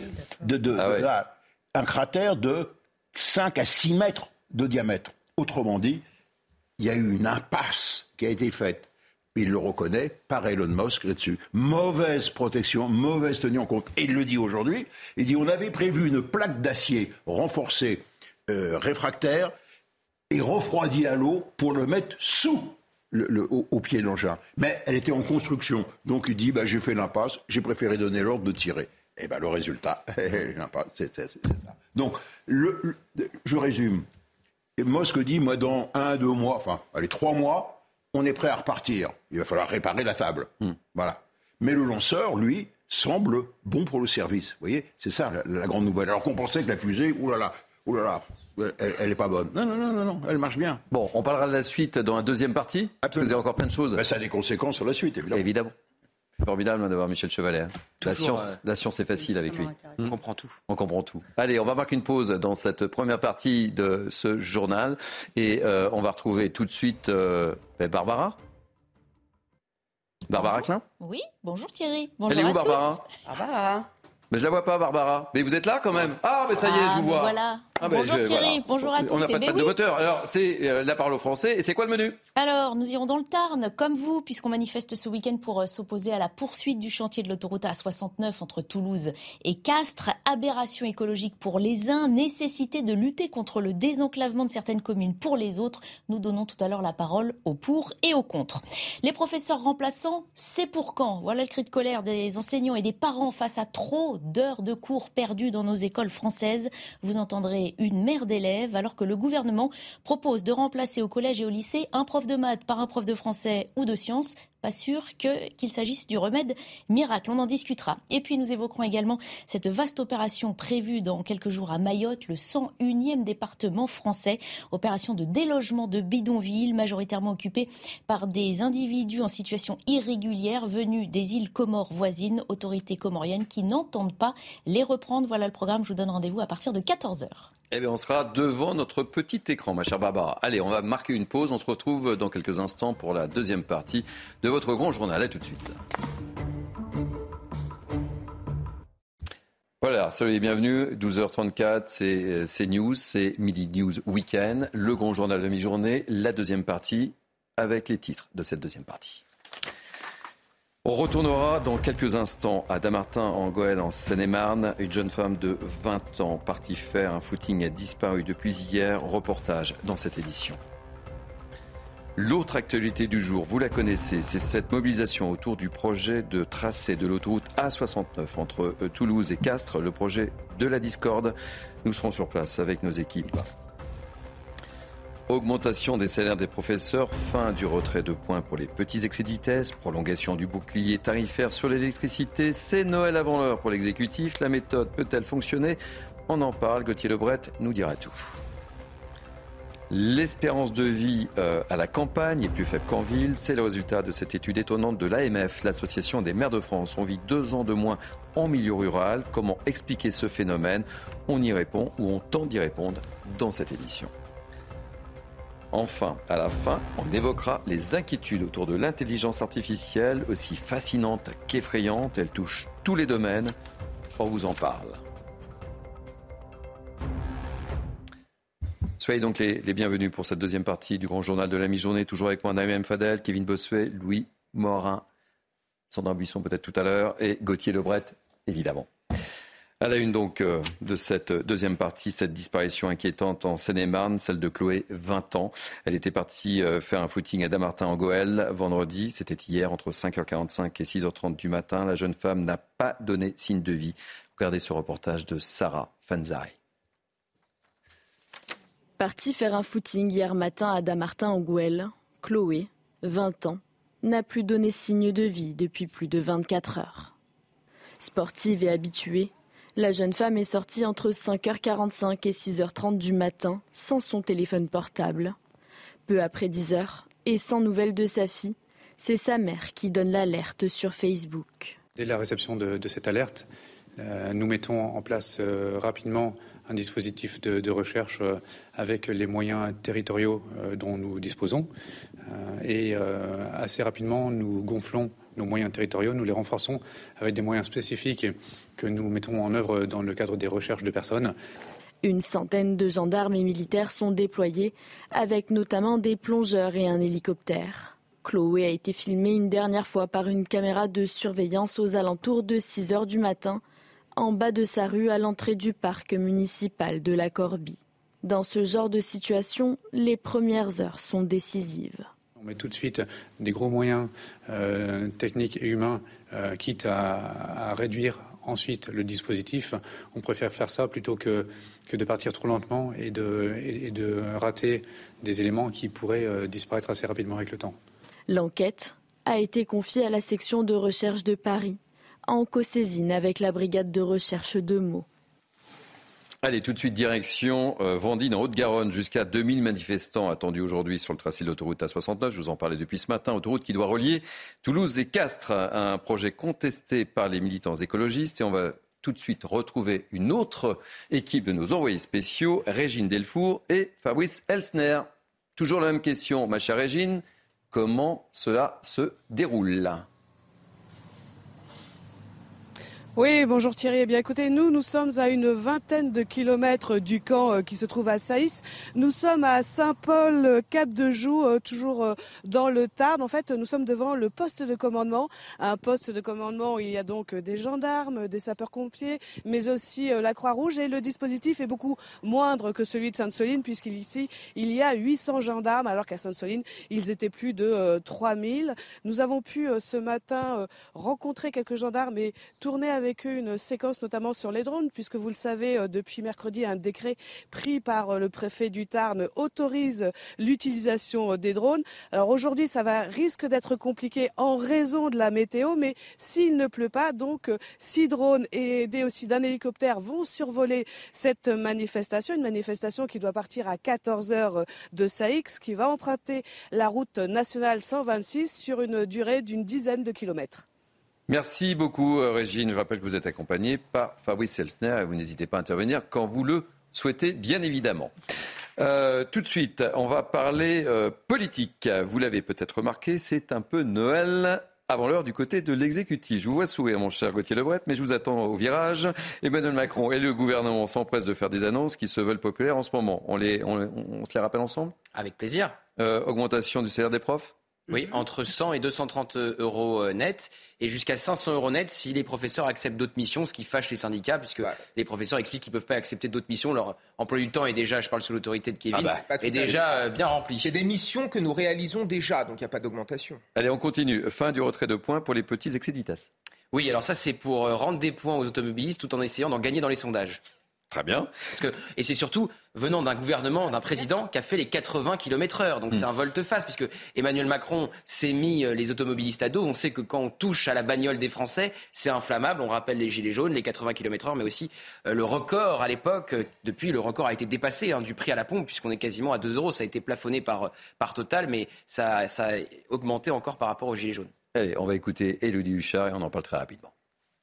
là, un cratère de 5 à 6 mètres de diamètre. Autrement dit, il y a eu une impasse qui a été faite. Il le reconnaît par Elon Musk là-dessus. Mauvaise protection, mauvaise tenue en compte. Et il le dit aujourd'hui. Il dit on avait prévu une plaque d'acier renforcée, réfractaire, et refroidie à l'eau pour le mettre sous au pied de l'engin. Mais elle était en construction. Donc il dit j'ai fait l'impasse, j'ai préféré donner l'ordre de tirer. Et le résultat, l'impasse, c'est ça. Donc, je résume. Musk dit moi dans 1-2 mois, 3 mois, on est prêt à repartir. Il va falloir réparer la table. Voilà. Mais le lanceur, lui, semble bon pour le service. Vous voyez, c'est ça la grande nouvelle. Alors qu'on pensait que la fusée, elle n'est pas bonne. Non, elle marche bien. Bon, on parlera de la suite dans la deuxième partie. Absolument. Parce que vous avez encore plein de choses. Ça a des conséquences sur la suite, évidemment. C'est formidable d'avoir Michel Chevalet. La science est facile avec lui. On comprend tout. On comprend tout. Allez, on va marquer une pause dans cette première partie de ce journal. Et on va retrouver tout de suite Barbara. Barbara Klein ? Oui, bonjour Thierry. Bonjour. Elle est où, Barbara ? Barbara. Mais je la vois pas, Barbara. Mais vous êtes là quand même. Ah, mais ça y est, je vous vois. Voilà. Bonjour Thierry, bonjour à tous. On n'a pas de voteur. Alors, c'est la parole aux Français. Et c'est quoi le menu ? Alors, nous irons dans le Tarn, comme vous, puisqu'on manifeste ce week-end pour s'opposer à la poursuite du chantier de l'autoroute A69 entre Toulouse et Castres. Aberration écologique pour les uns, nécessité de lutter contre le désenclavement de certaines communes pour les autres. Nous donnons tout à l'heure la parole aux pour et aux contre. Les professeurs remplaçants, c'est pour quand ? Voilà le cri de colère des enseignants et des parents face à trop d'heures de cours perdues dans nos écoles françaises. Vous entendrez une mère d'élèves alors que le gouvernement propose de remplacer au collège et au lycée un prof de maths par un prof de français ou de sciences. Pas sûr qu'il s'agisse du remède miracle, on en discutera. Et puis nous évoquerons également cette vaste opération prévue dans quelques jours à Mayotte, le 101e département français. Opération de délogement de bidonvilles, majoritairement occupée par des individus en situation irrégulière venus des îles Comores voisines, autorités comoriennes qui n'entendent pas les reprendre. Voilà le programme, je vous donne rendez-vous à partir de 14h. Eh bien, on sera devant notre petit écran, ma chère Barbara. Allez, on va marquer une pause. On se retrouve dans quelques instants pour la deuxième partie de votre grand journal. À tout de suite. Voilà, salut et bienvenue, 12h34, c'est CNews, c'est Midi News Weekend, le grand journal de mi-journée, la deuxième partie, avec les titres de cette deuxième partie. On retournera dans quelques instants à Dammartin en Goële en Seine-et-Marne. Une jeune femme de 20 ans partie faire un footing a disparu depuis hier. Reportage dans cette édition. L'autre actualité du jour, vous la connaissez, c'est cette mobilisation autour du projet de tracé de l'autoroute A69 entre Toulouse et Castres, le projet de la discorde. Nous serons sur place avec nos équipes. Augmentation des salaires des professeurs, fin du retrait de points pour les petits excès de vitesse, prolongation du bouclier tarifaire sur l'électricité, c'est Noël avant l'heure pour l'exécutif. La méthode peut-elle fonctionner ? On en parle, Gauthier Lebret nous dira tout. L'espérance de vie à la campagne est plus faible qu'en ville. C'est le résultat de cette étude étonnante de l'AMF, l'Association des maires de France. On vit 2 ans de moins en milieu rural. Comment expliquer ce phénomène ? On y répond ou on tente d'y répondre dans cette édition. Enfin, à la fin, on évoquera les inquiétudes autour de l'intelligence artificielle, aussi fascinante qu'effrayante. Elle touche tous les domaines. On vous en parle. Soyez donc les bienvenus pour cette deuxième partie du grand journal de la mi-journée. Toujours avec moi, Naïm Fadel, Kevin Bossuet, Louis Morin, Sandra Buisson peut-être tout à l'heure et Gauthier Lebret, évidemment. À la une donc de cette deuxième partie, cette disparition inquiétante en Seine-et-Marne, celle de Chloé, 20 ans. Elle était partie faire un footing à Dammartin en Goële vendredi. C'était hier entre 5h45 et 6h30 du matin. La jeune femme n'a pas donné signe de vie. Regardez ce reportage de Sarah Fanzari. Partie faire un footing hier matin à Dammartin en Goële, Chloé, 20 ans, n'a plus donné signe de vie depuis plus de 24 heures. Sportive et habituée, la jeune femme est sortie entre 5h45 et 6h30 du matin sans son téléphone portable. Peu après 10h, et sans nouvelles de sa fille, c'est sa mère qui donne l'alerte sur Facebook. Dès la réception de cette alerte, nous mettons en place rapidement un dispositif de recherche avec les moyens territoriaux dont nous disposons. Et assez rapidement, nous gonflons nos moyens territoriaux, nous les renforçons avec des moyens spécifiques que nous mettons en œuvre dans le cadre des recherches de personnes. Une centaine de gendarmes et militaires sont déployés, avec notamment des plongeurs et un hélicoptère. Chloé a été filmée une dernière fois par une caméra de surveillance aux alentours de 6h du matin, en bas de sa rue à l'entrée du parc municipal de la Corbie. Dans ce genre de situation, les premières heures sont décisives. On met tout de suite des gros moyens techniques et humains, quitte à réduire ensuite le dispositif. On préfère faire ça plutôt que de partir trop lentement et de rater des éléments qui pourraient disparaître assez rapidement avec le temps. L'enquête a été confiée à la section de recherche de Paris, en co-saisine avec la brigade de recherche de Meaux. Allez, tout de suite, direction Vendine, en Haute-Garonne. Jusqu'à 2000 manifestants attendus aujourd'hui sur le tracé de l'autoroute A69. Je vous en parlais depuis ce matin. Autoroute qui doit relier Toulouse et Castres, un projet contesté par les militants écologistes. Et on va tout de suite retrouver une autre équipe de nos envoyés spéciaux, Régine Delfour et Fabrice Elsner. Toujours la même question, ma chère Régine. Comment cela se déroule ? Oui, bonjour Thierry. Eh bien, écoutez, nous sommes à une vingtaine de kilomètres du camp qui se trouve à Saïs. Nous sommes à Saint-Paul, Cap-de-Joux, toujours dans le Tarn. En fait, nous sommes devant le poste de commandement. Un poste de commandement où il y a donc des gendarmes, des sapeurs-pompiers, mais aussi la Croix-Rouge. Et le dispositif est beaucoup moindre que celui de Sainte-Soline, puisqu'ici, il y a 800 gendarmes, alors qu'à Sainte-Soline, ils étaient plus de 3000. Nous avons pu ce matin rencontrer quelques gendarmes et tourner avec eux une séquence notamment sur les drones, puisque vous le savez, depuis mercredi, un décret pris par le préfet du Tarn autorise l'utilisation des drones. Alors aujourd'hui, risque d'être compliqué en raison de la météo, mais s'il ne pleut pas, donc 6 drones et aidés aussi d'un hélicoptère vont survoler cette manifestation, une manifestation qui doit partir à 14h de Saïx, qui va emprunter la route nationale 126 sur une durée d'une dizaine de kilomètres. Merci beaucoup Régine. Je rappelle que vous êtes accompagnée par Fabrice Elsner et vous n'hésitez pas à intervenir quand vous le souhaitez, bien évidemment. Tout de suite, on va parler politique. Vous l'avez peut-être remarqué, c'est un peu Noël avant l'heure du côté de l'exécutif. Je vous vois sourire, mon cher Gauthier Lebret, mais je vous attends au virage. Emmanuel Macron et le gouvernement s'empressent de faire des annonces qui se veulent populaires en ce moment. On se les rappelle ensemble ? Avec plaisir. Augmentation du salaire des profs ? Oui, entre 100 et 230 euros net et jusqu'à 500 euros net si les professeurs acceptent d'autres missions, ce qui fâche les syndicats puisque les professeurs expliquent qu'ils ne peuvent pas accepter d'autres missions. Leur emploi du temps est déjà, je parle sous l'autorité de Kevin, est déjà bien rempli. C'est des missions que nous réalisons déjà, donc il n'y a pas d'augmentation. Allez, on continue. Fin du retrait de points pour les petits excès d'ITAS. Oui, alors ça c'est pour rendre des points aux automobilistes tout en essayant d'en gagner dans les sondages. Très bien. Et c'est surtout venant d'un gouvernement, d'un président qui a fait les 80 km/h. Donc c'est un volte-face puisque Emmanuel Macron s'est mis les automobilistes à dos. On sait que quand on touche à la bagnole des Français, c'est inflammable. On rappelle les gilets jaunes, les 80 km/h, mais aussi le record à l'époque. Depuis, le record a été dépassé du prix à la pompe puisqu'on est quasiment à 2 euros. Ça a été plafonné par Total, mais ça a augmenté encore par rapport aux gilets jaunes. Allez, on va écouter Élodie Huchard et on en parle très rapidement.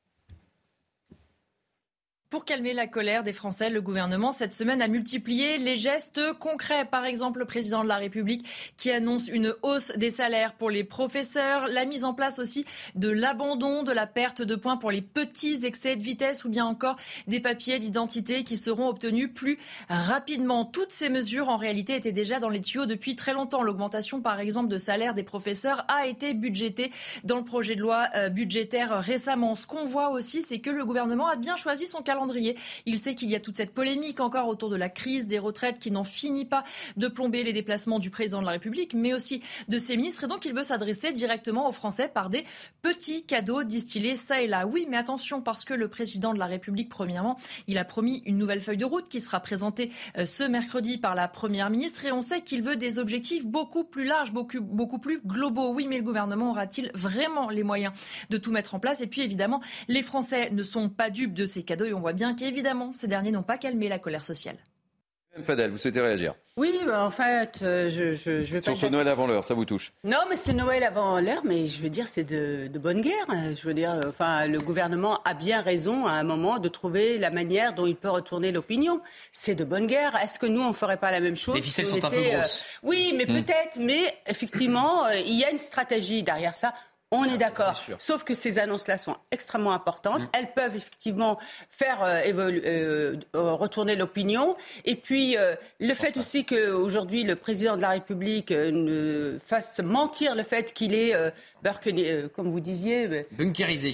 Pour calmer la colère des Français, le gouvernement, cette semaine, a multiplié les gestes concrets. Par exemple, le président de la République qui annonce une hausse des salaires pour les professeurs, la mise en place aussi de l'abandon de la perte de points pour les petits excès de vitesse ou bien encore des papiers d'identité qui seront obtenus plus rapidement. Toutes ces mesures, en réalité, étaient déjà dans les tuyaux depuis très longtemps. L'augmentation, par exemple, de salaire des professeurs a été budgétée dans le projet de loi budgétaire récemment. Ce qu'on voit aussi, c'est que le gouvernement a bien choisi son calendrier. Il sait qu'il y a toute cette polémique encore autour de la crise des retraites qui n'en finit pas de plomber les déplacements du président de la République, mais aussi de ses ministres. Et donc, il veut s'adresser directement aux Français par des petits cadeaux distillés ça et là. Oui, mais attention, parce que le président de la République, premièrement, il a promis une nouvelle feuille de route qui sera présentée ce mercredi par la Première ministre. Et on sait qu'il veut des objectifs beaucoup plus larges, beaucoup plus globaux. Oui, mais le gouvernement aura-t-il vraiment les moyens de tout mettre en place ? Et puis, évidemment, les Français ne sont pas dupes de ces cadeaux et on voit bien qu'évidemment, ces derniers n'ont pas calmé la colère sociale. Fadel, vous souhaitez réagir ? Oui, en fait, je vais pas... Sur ce Noël avant l'heure, ça vous touche ? Non, mais c'est Noël avant l'heure, mais je veux dire, c'est de bonne guerre. Je veux dire, le gouvernement a bien raison à un moment de trouver la manière dont il peut retourner l'opinion. C'est de bonne guerre. Est-ce que nous, on ne ferait pas la même chose ? Les ficelles sont un peu grosses. Oui, mais peut-être. Mais effectivement, il y a une stratégie derrière ça. On est d'accord. Sauf que ces annonces-là sont extrêmement importantes. Elles peuvent effectivement faire retourner l'opinion. Et puis, le fait aussi qu'aujourd'hui, le président de la République fasse mentir le fait qu'il est, comme vous disiez... Bunkerisé.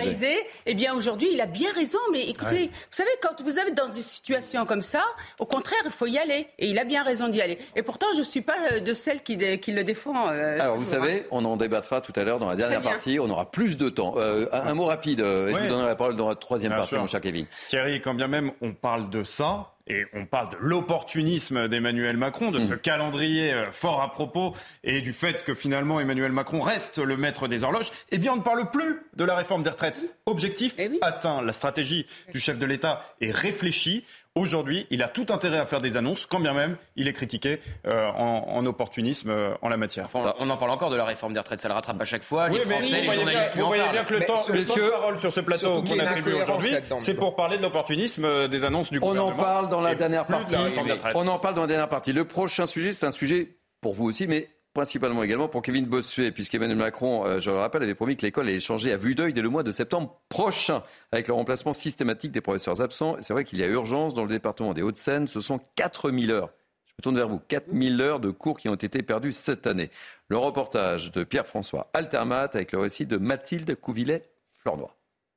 Eh bien, aujourd'hui, il a bien raison. Mais écoutez, vous savez, quand vous êtes dans des situations comme ça, au contraire, il faut y aller. Et il a bien raison d'y aller. Et pourtant, je ne suis pas de celle qui le défend. Alors, vous savez, on en débattra tout à l'heure dans la dernière partie, on aura plus de temps. Un mot rapide, et je vous donnerai la parole dans la troisième partie, mon cher Kevin. Thierry, quand bien même on parle de ça, et on parle de l'opportunisme d'Emmanuel Macron, de ce calendrier fort à propos, et du fait que finalement Emmanuel Macron reste le maître des horloges, eh bien on ne parle plus de la réforme des retraites. Objectif atteint, la stratégie du chef de l'État est réfléchie. Aujourd'hui, il a tout intérêt à faire des annonces, quand bien même il est critiqué en opportunisme en la matière. Enfin, on en parle encore de la réforme des retraites, ça le rattrape à chaque fois. Les Français, les journalistes vous voyez bien que le temps de parole sur ce plateau qu'on attribue aujourd'hui, c'est pour parler de l'opportunisme des annonces du gouvernement. On en parle dans la dernière partie. On en parle dans la dernière partie. Le prochain sujet, c'est un sujet pour vous aussi, mais principalement également pour Kevin Bossuet, puisqu'Emmanuel Macron, je le rappelle, avait promis que l'école allait changer à vue d'œil dès le mois de septembre prochain, avec le remplacement systématique des professeurs absents. Et c'est vrai qu'il y a urgence dans le département des Hauts-de-Seine. Ce sont 4000 heures. Je me tourne vers vous. 4000 heures de cours qui ont été perdues cette année. Le reportage de Pierre-François Altermat avec le récit de Mathilde Couvillet-Flornois.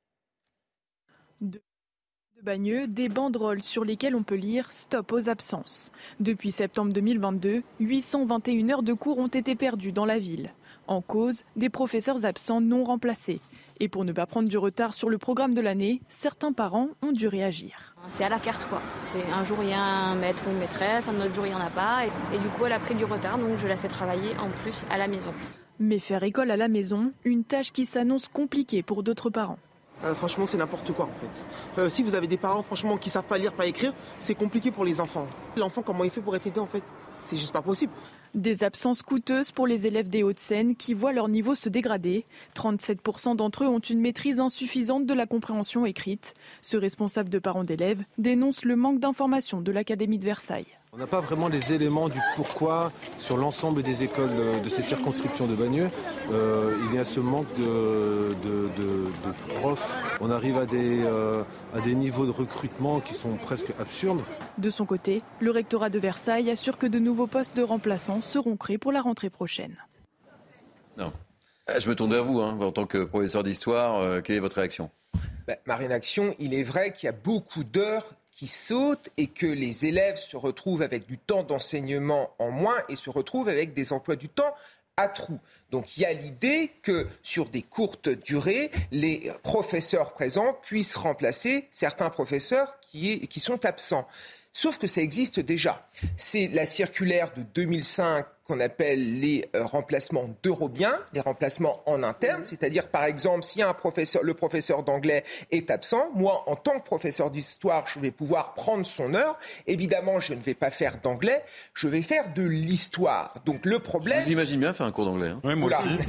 Bagneux, des banderoles sur lesquelles on peut lire « Stop aux absences ». Depuis septembre 2022, 821 heures de cours ont été perdues dans la ville. En cause, des professeurs absents non remplacés. Et pour ne pas prendre du retard sur le programme de l'année, certains parents ont dû réagir. C'est à la carte quoi. C'est un jour il y a un maître ou une maîtresse, un autre jour il n'y en a pas. Et du coup elle a pris du retard, donc je la fais travailler en plus à la maison. Mais faire école à la maison, une tâche qui s'annonce compliquée pour d'autres parents. Franchement, c'est n'importe quoi en fait. Si vous avez des parents franchement qui savent pas lire, pas écrire, c'est compliqué pour les enfants. L'enfant, comment il fait pour être aidé en fait ? C'est juste pas possible. Des absences coûteuses pour les élèves des Hauts-de-Seine qui voient leur niveau se dégrader. 37% d'entre eux ont une maîtrise insuffisante de la compréhension écrite. Ce responsable de parents d'élèves dénonce le manque d'informations de l'Académie de Versailles. On n'a pas vraiment les éléments du pourquoi sur l'ensemble des écoles de ces circonscriptions de Bagneux. Il y a ce manque de profs. On arrive à des niveaux de recrutement qui sont presque absurdes. De son côté, le rectorat de Versailles assure que de nouveaux postes de remplaçants seront créés pour la rentrée prochaine. Non. Je me tourne vers vous, en tant que professeur d'histoire. Quelle est votre réaction ? Ma réaction, il est vrai qu'il y a beaucoup d'heures qui sautent et que les élèves se retrouvent avec du temps d'enseignement en moins et se retrouvent avec des emplois du temps à trous. Donc il y a l'idée que sur des courtes durées, les professeurs présents puissent remplacer certains professeurs qui sont absents. Sauf que ça existe déjà. C'est la circulaire de 2005 qu'on appelle les remplacements d'eurobiens, les remplacements en interne, c'est-à-dire par exemple si le professeur d'anglais est absent, moi en tant que professeur d'histoire, je vais pouvoir prendre son heure. Évidemment, je ne vais pas faire d'anglais, je vais faire de l'histoire. Donc le problème... Je vous imagine bien faire un cours d'anglais. Oui, moi aussi.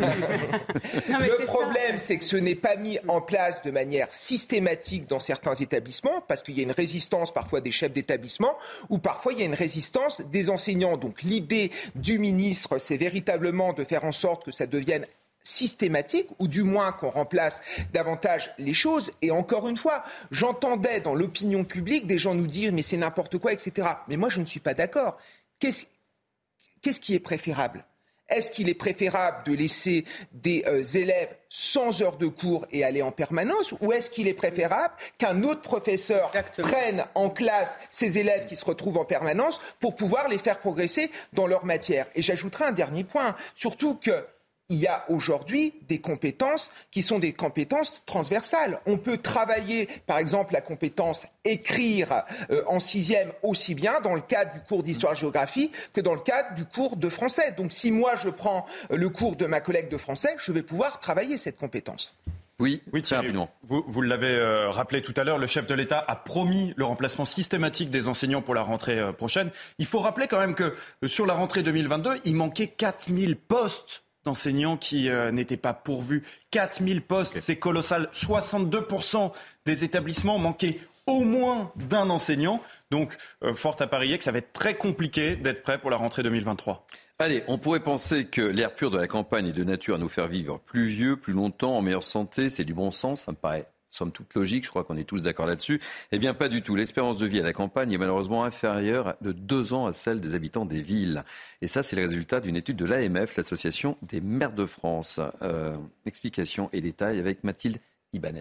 Le problème, c'est que ce n'est pas mis en place de manière systématique dans certains établissements, parce qu'il y a une résistance parfois des chefs d'établissement, ou parfois il y a une résistance des enseignants. Donc l'idée du ministre, c'est véritablement de faire en sorte que ça devienne systématique, ou du moins qu'on remplace davantage les choses. Et encore une fois, j'entendais dans l'opinion publique des gens nous dire « mais c'est n'importe quoi », etc. Mais moi, je ne suis pas d'accord. Qu'est-ce qui est préférable ? Est-ce qu'il est préférable de laisser des élèves sans heures de cours et aller en permanence, ou est-ce qu'il est préférable qu'un autre professeur prenne en classe ces élèves qui se retrouvent en permanence pour pouvoir les faire progresser dans leur matière ? Et j'ajouterai un dernier point, surtout que il y a aujourd'hui des compétences qui sont des compétences transversales. On peut travailler, par exemple, la compétence écrire en 6e aussi bien dans le cadre du cours d'histoire-géographie que dans le cadre du cours de français. Donc si moi je prends le cours de ma collègue de français, je vais pouvoir travailler cette compétence. Oui, très rapidement. Vous l'avez rappelé tout à l'heure, le chef de l'État a promis le remplacement systématique des enseignants pour la rentrée prochaine. Il faut rappeler quand même que sur la rentrée 2022, il manquait 4000 postes d'enseignants qui n'étaient pas pourvus. 4000 postes, c'est colossal. 62% des établissements manquaient au moins d'un enseignant. Donc, fort à parier que ça va être très compliqué d'être prêt pour la rentrée 2023. Allez, on pourrait penser que l'air pur de la campagne est de nature à nous faire vivre plus vieux, plus longtemps, en meilleure santé. C'est du bon sens, ça me paraît somme toute logique, je crois qu'on est tous d'accord là-dessus. Eh bien, pas du tout. L'espérance de vie à la campagne est malheureusement inférieure de 2 ans à celle des habitants des villes. Et ça, c'est le résultat d'une étude de l'AMF, l'Association des maires de France. Explications et détails avec Mathilde Ibanez.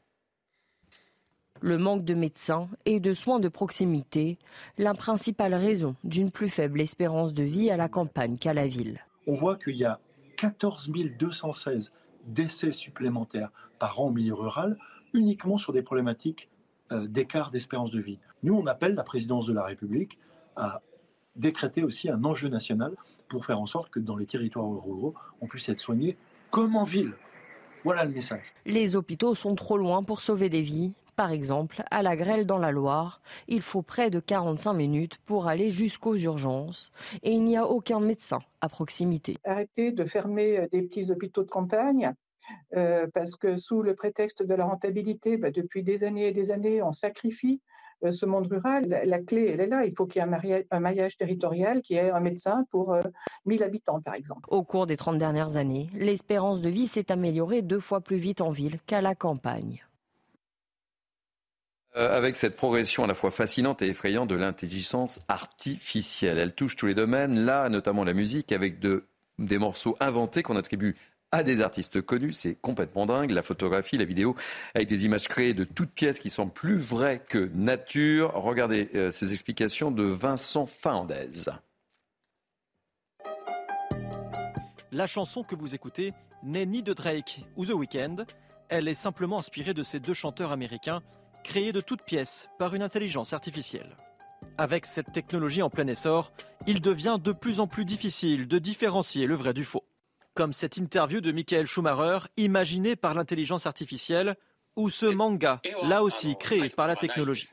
Le manque de médecins et de soins de proximité, la principale raison d'une plus faible espérance de vie à la campagne qu'à la ville. On voit qu'il y a 14 216 décès supplémentaires par an au milieu rural, uniquement sur des problématiques d'écart d'espérance de vie. Nous, on appelle la présidence de la République à décréter aussi un enjeu national pour faire en sorte que dans les territoires ruraux, on puisse être soigné comme en ville. Voilà le message. Les hôpitaux sont trop loin pour sauver des vies. Par exemple, à La Grêle dans la Loire, il faut près de 45 minutes pour aller jusqu'aux urgences et il n'y a aucun médecin à proximité. Arrêtez de fermer des petits hôpitaux de campagne parce que sous le prétexte de la rentabilité, depuis des années et des années, on sacrifie ce monde rural. La clé, elle est là. Il faut qu'il y ait un maillage territorial qui ait un médecin pour 1000 habitants, par exemple. Au cours des 30 dernières années, l'espérance de vie s'est améliorée 2 fois plus vite en ville qu'à la campagne. Avec cette progression à la fois fascinante et effrayante de l'intelligence artificielle. Elle touche tous les domaines, là notamment la musique, avec des morceaux inventés qu'on attribue à des artistes connus. C'est complètement dingue. La photographie, la vidéo, avec des images créées de toutes pièces qui semblent plus vraies que nature. Regardez ces explications de Vincent Fernandez. La chanson que vous écoutez n'est ni de Drake ou The Weeknd. Elle est simplement inspirée de ces 2 chanteurs américains créés de toutes pièces par une intelligence artificielle. Avec cette technologie en plein essor, il devient de plus en plus difficile de différencier le vrai du faux. Comme cette interview de Michael Schumacher, imaginée par l'intelligence artificielle, ou ce manga, là aussi créé par la technologie.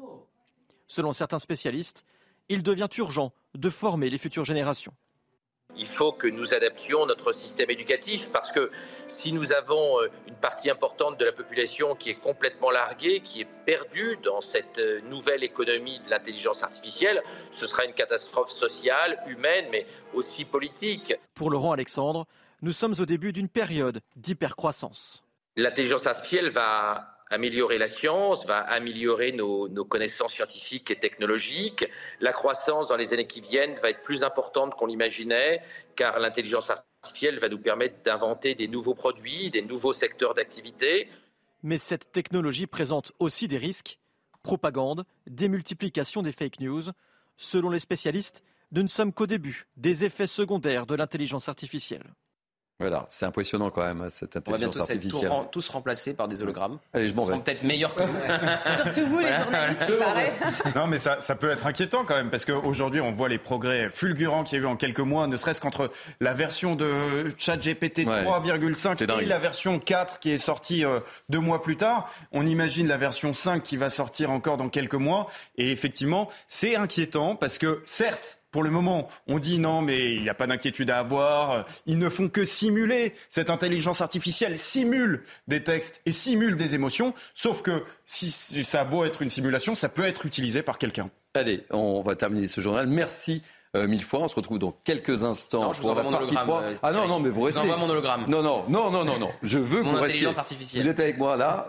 Selon certains spécialistes, il devient urgent de former les futures générations. il faut que nous adaptions notre système éducatif parce que si nous avons une partie importante de la population qui est complètement larguée, qui est perdue dans cette nouvelle économie de l'intelligence artificielle, ce sera une catastrophe sociale, humaine, mais aussi politique. Pour Laurent Alexandre, nous sommes au début d'une période d'hypercroissance. L'intelligence artificielle va améliorer la science, va améliorer nos connaissances scientifiques et technologiques. La croissance dans les années qui viennent va être plus importante qu'on l'imaginait, car l'intelligence artificielle va nous permettre d'inventer des nouveaux produits, des nouveaux secteurs d'activité. Mais cette technologie présente aussi des risques. Propagande, démultiplication des fake news. Selon les spécialistes, nous ne sommes qu'au début des effets secondaires de l'intelligence artificielle. Voilà, c'est impressionnant quand même, cette intelligence artificielle. On va bientôt tous remplacés par des hologrammes. Allez, je m'en vais. Ils seront peut-être meilleurs que nous. Surtout vous, les journalistes, il paraît. Non, mais ça peut être inquiétant quand même, parce qu'aujourd'hui, on voit les progrès fulgurants qu'il y a eu en quelques mois, ne serait-ce qu'entre la version de ChatGPT 3,5 et la version 4 qui est sortie 2 mois plus tard. On imagine la version 5 qui va sortir encore dans quelques mois. Et effectivement, c'est inquiétant parce que, certes, pour le moment, on dit non, mais il n'y a pas d'inquiétude à avoir. Ils ne font que simuler. Cette intelligence artificielle simule des textes et simule des émotions. Sauf que si ça a beau être une simulation, ça peut être utilisé par quelqu'un. Allez, on va terminer ce journal. Merci. 1000 fois. On se retrouve dans quelques instants pour la partie 3. Non, mais vous restez. Je vous envoie mon hologramme. Non. Je veux que vous restiez. Vous êtes avec moi là.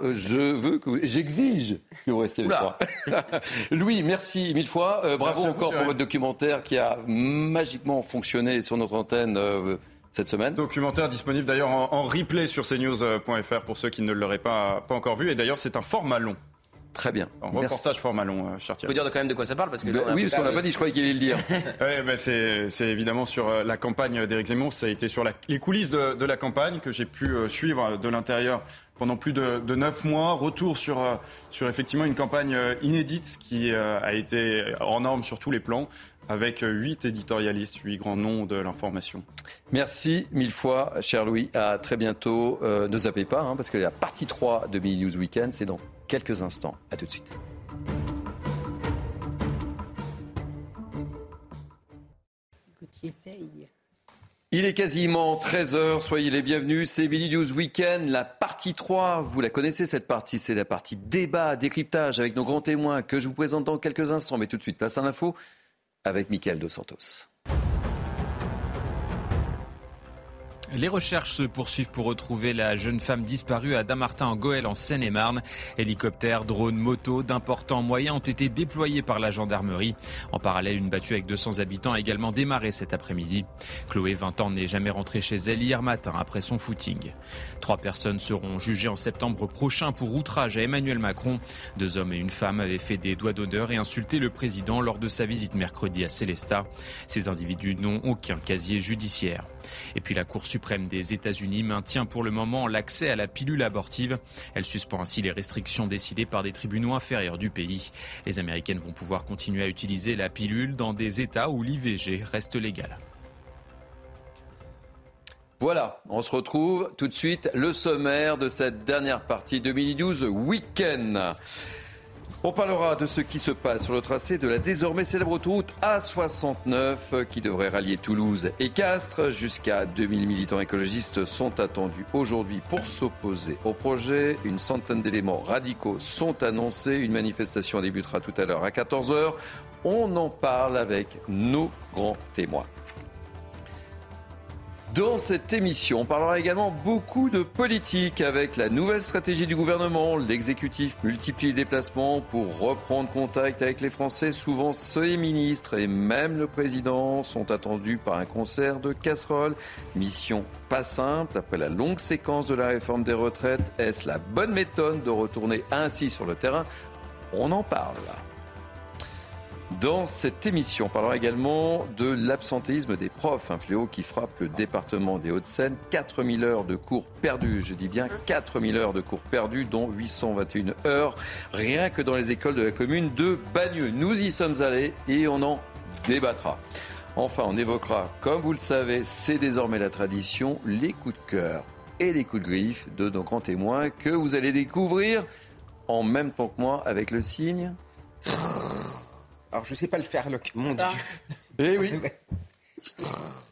J'exige que vous restiez avec moi. Louis, merci 1000 fois. Bravo encore pour votre documentaire qui a magiquement fonctionné sur notre antenne cette semaine. Documentaire disponible d'ailleurs en replay sur cnews.fr pour ceux qui ne l'auraient pas encore vu. Et d'ailleurs, c'est un format long. Très bien. Un reportage format long, cher Thierry. Il faut dire quand même de quoi ça parle parce que oui, parce qu'on l'a pas dit, je croyais qu'il allait le dire. C'est évidemment sur la campagne d'Éric Zemmour, ça a été sur les coulisses de la campagne que j'ai pu suivre de l'intérieur pendant plus de 9 mois. Retour sur effectivement une campagne inédite qui a été hors norme sur tous les plans, avec 8 éditorialistes, 8 grands noms de l'information. Merci 1000 fois, cher Louis. À très bientôt. Ne zappez pas, parce que la partie 3 de Midi News Weekend, c'est dans quelques instants. À tout de suite. Il est quasiment 13h, soyez les bienvenus, c'est Midi News Weekend, la partie 3, vous la connaissez cette partie, c'est la partie débat, décryptage avec nos grands témoins que je vous présente dans quelques instants, mais tout de suite place à l'info avec Mickaël Dos Santos. Les recherches se poursuivent pour retrouver la jeune femme disparue à Dammartin-en-Gohelle en Seine-et-Marne. Hélicoptères, drones, motos, d'importants moyens ont été déployés par la gendarmerie. En parallèle, une battue avec 200 habitants a également démarré cet après-midi. Chloé, 20 ans, n'est jamais rentrée chez elle hier matin après son footing. 3 personnes seront jugées en septembre prochain pour outrage à Emmanuel Macron. 2 hommes et une femme avaient fait des doigts d'honneur et insulté le président lors de sa visite mercredi à Célestat. Ces individus n'ont aucun casier judiciaire. Et puis la Cour suprême des États-Unis maintient pour le moment l'accès à la pilule abortive. Elle suspend ainsi les restrictions décidées par des tribunaux inférieurs du pays. Les Américaines vont pouvoir continuer à utiliser la pilule dans des États où l'IVG reste légal. Voilà, on se retrouve tout de suite. Le sommaire de cette dernière partie de Midi News Weekend. On parlera de ce qui se passe sur le tracé de la désormais célèbre autoroute A69 qui devrait rallier Toulouse et Castres. Jusqu'à 2000 militants écologistes sont attendus aujourd'hui pour s'opposer au projet. Une centaine d'éléments radicaux sont annoncés. Une manifestation débutera tout à l'heure à 14h. On en parle avec nos grands témoins. Dans cette émission, on parlera également beaucoup de politique avec la nouvelle stratégie du gouvernement. L'exécutif multiplie les déplacements pour reprendre contact avec les Français. Souvent, ces ministres et même le président sont attendus par un concert de casseroles. Mission pas simple. Après la longue séquence de la réforme des retraites, est-ce la bonne méthode de retourner ainsi sur le terrain ? On en parle. Dans cette émission, on parlera également de l'absentéisme des profs, un fléau qui frappe le département des Hauts-de-Seine. 4000 heures de cours perdues, je dis bien 4000 heures de cours perdues, dont 821 heures, rien que dans les écoles de la commune de Bagneux. Nous y sommes allés et on en débattra. Enfin, on évoquera, comme vous le savez, c'est désormais la tradition, les coups de cœur et les coups de griffe de nos grands témoins que vous allez découvrir en même temps que moi avec le signe... Alors, je ne sais pas le faire, mon Dieu. Eh oui.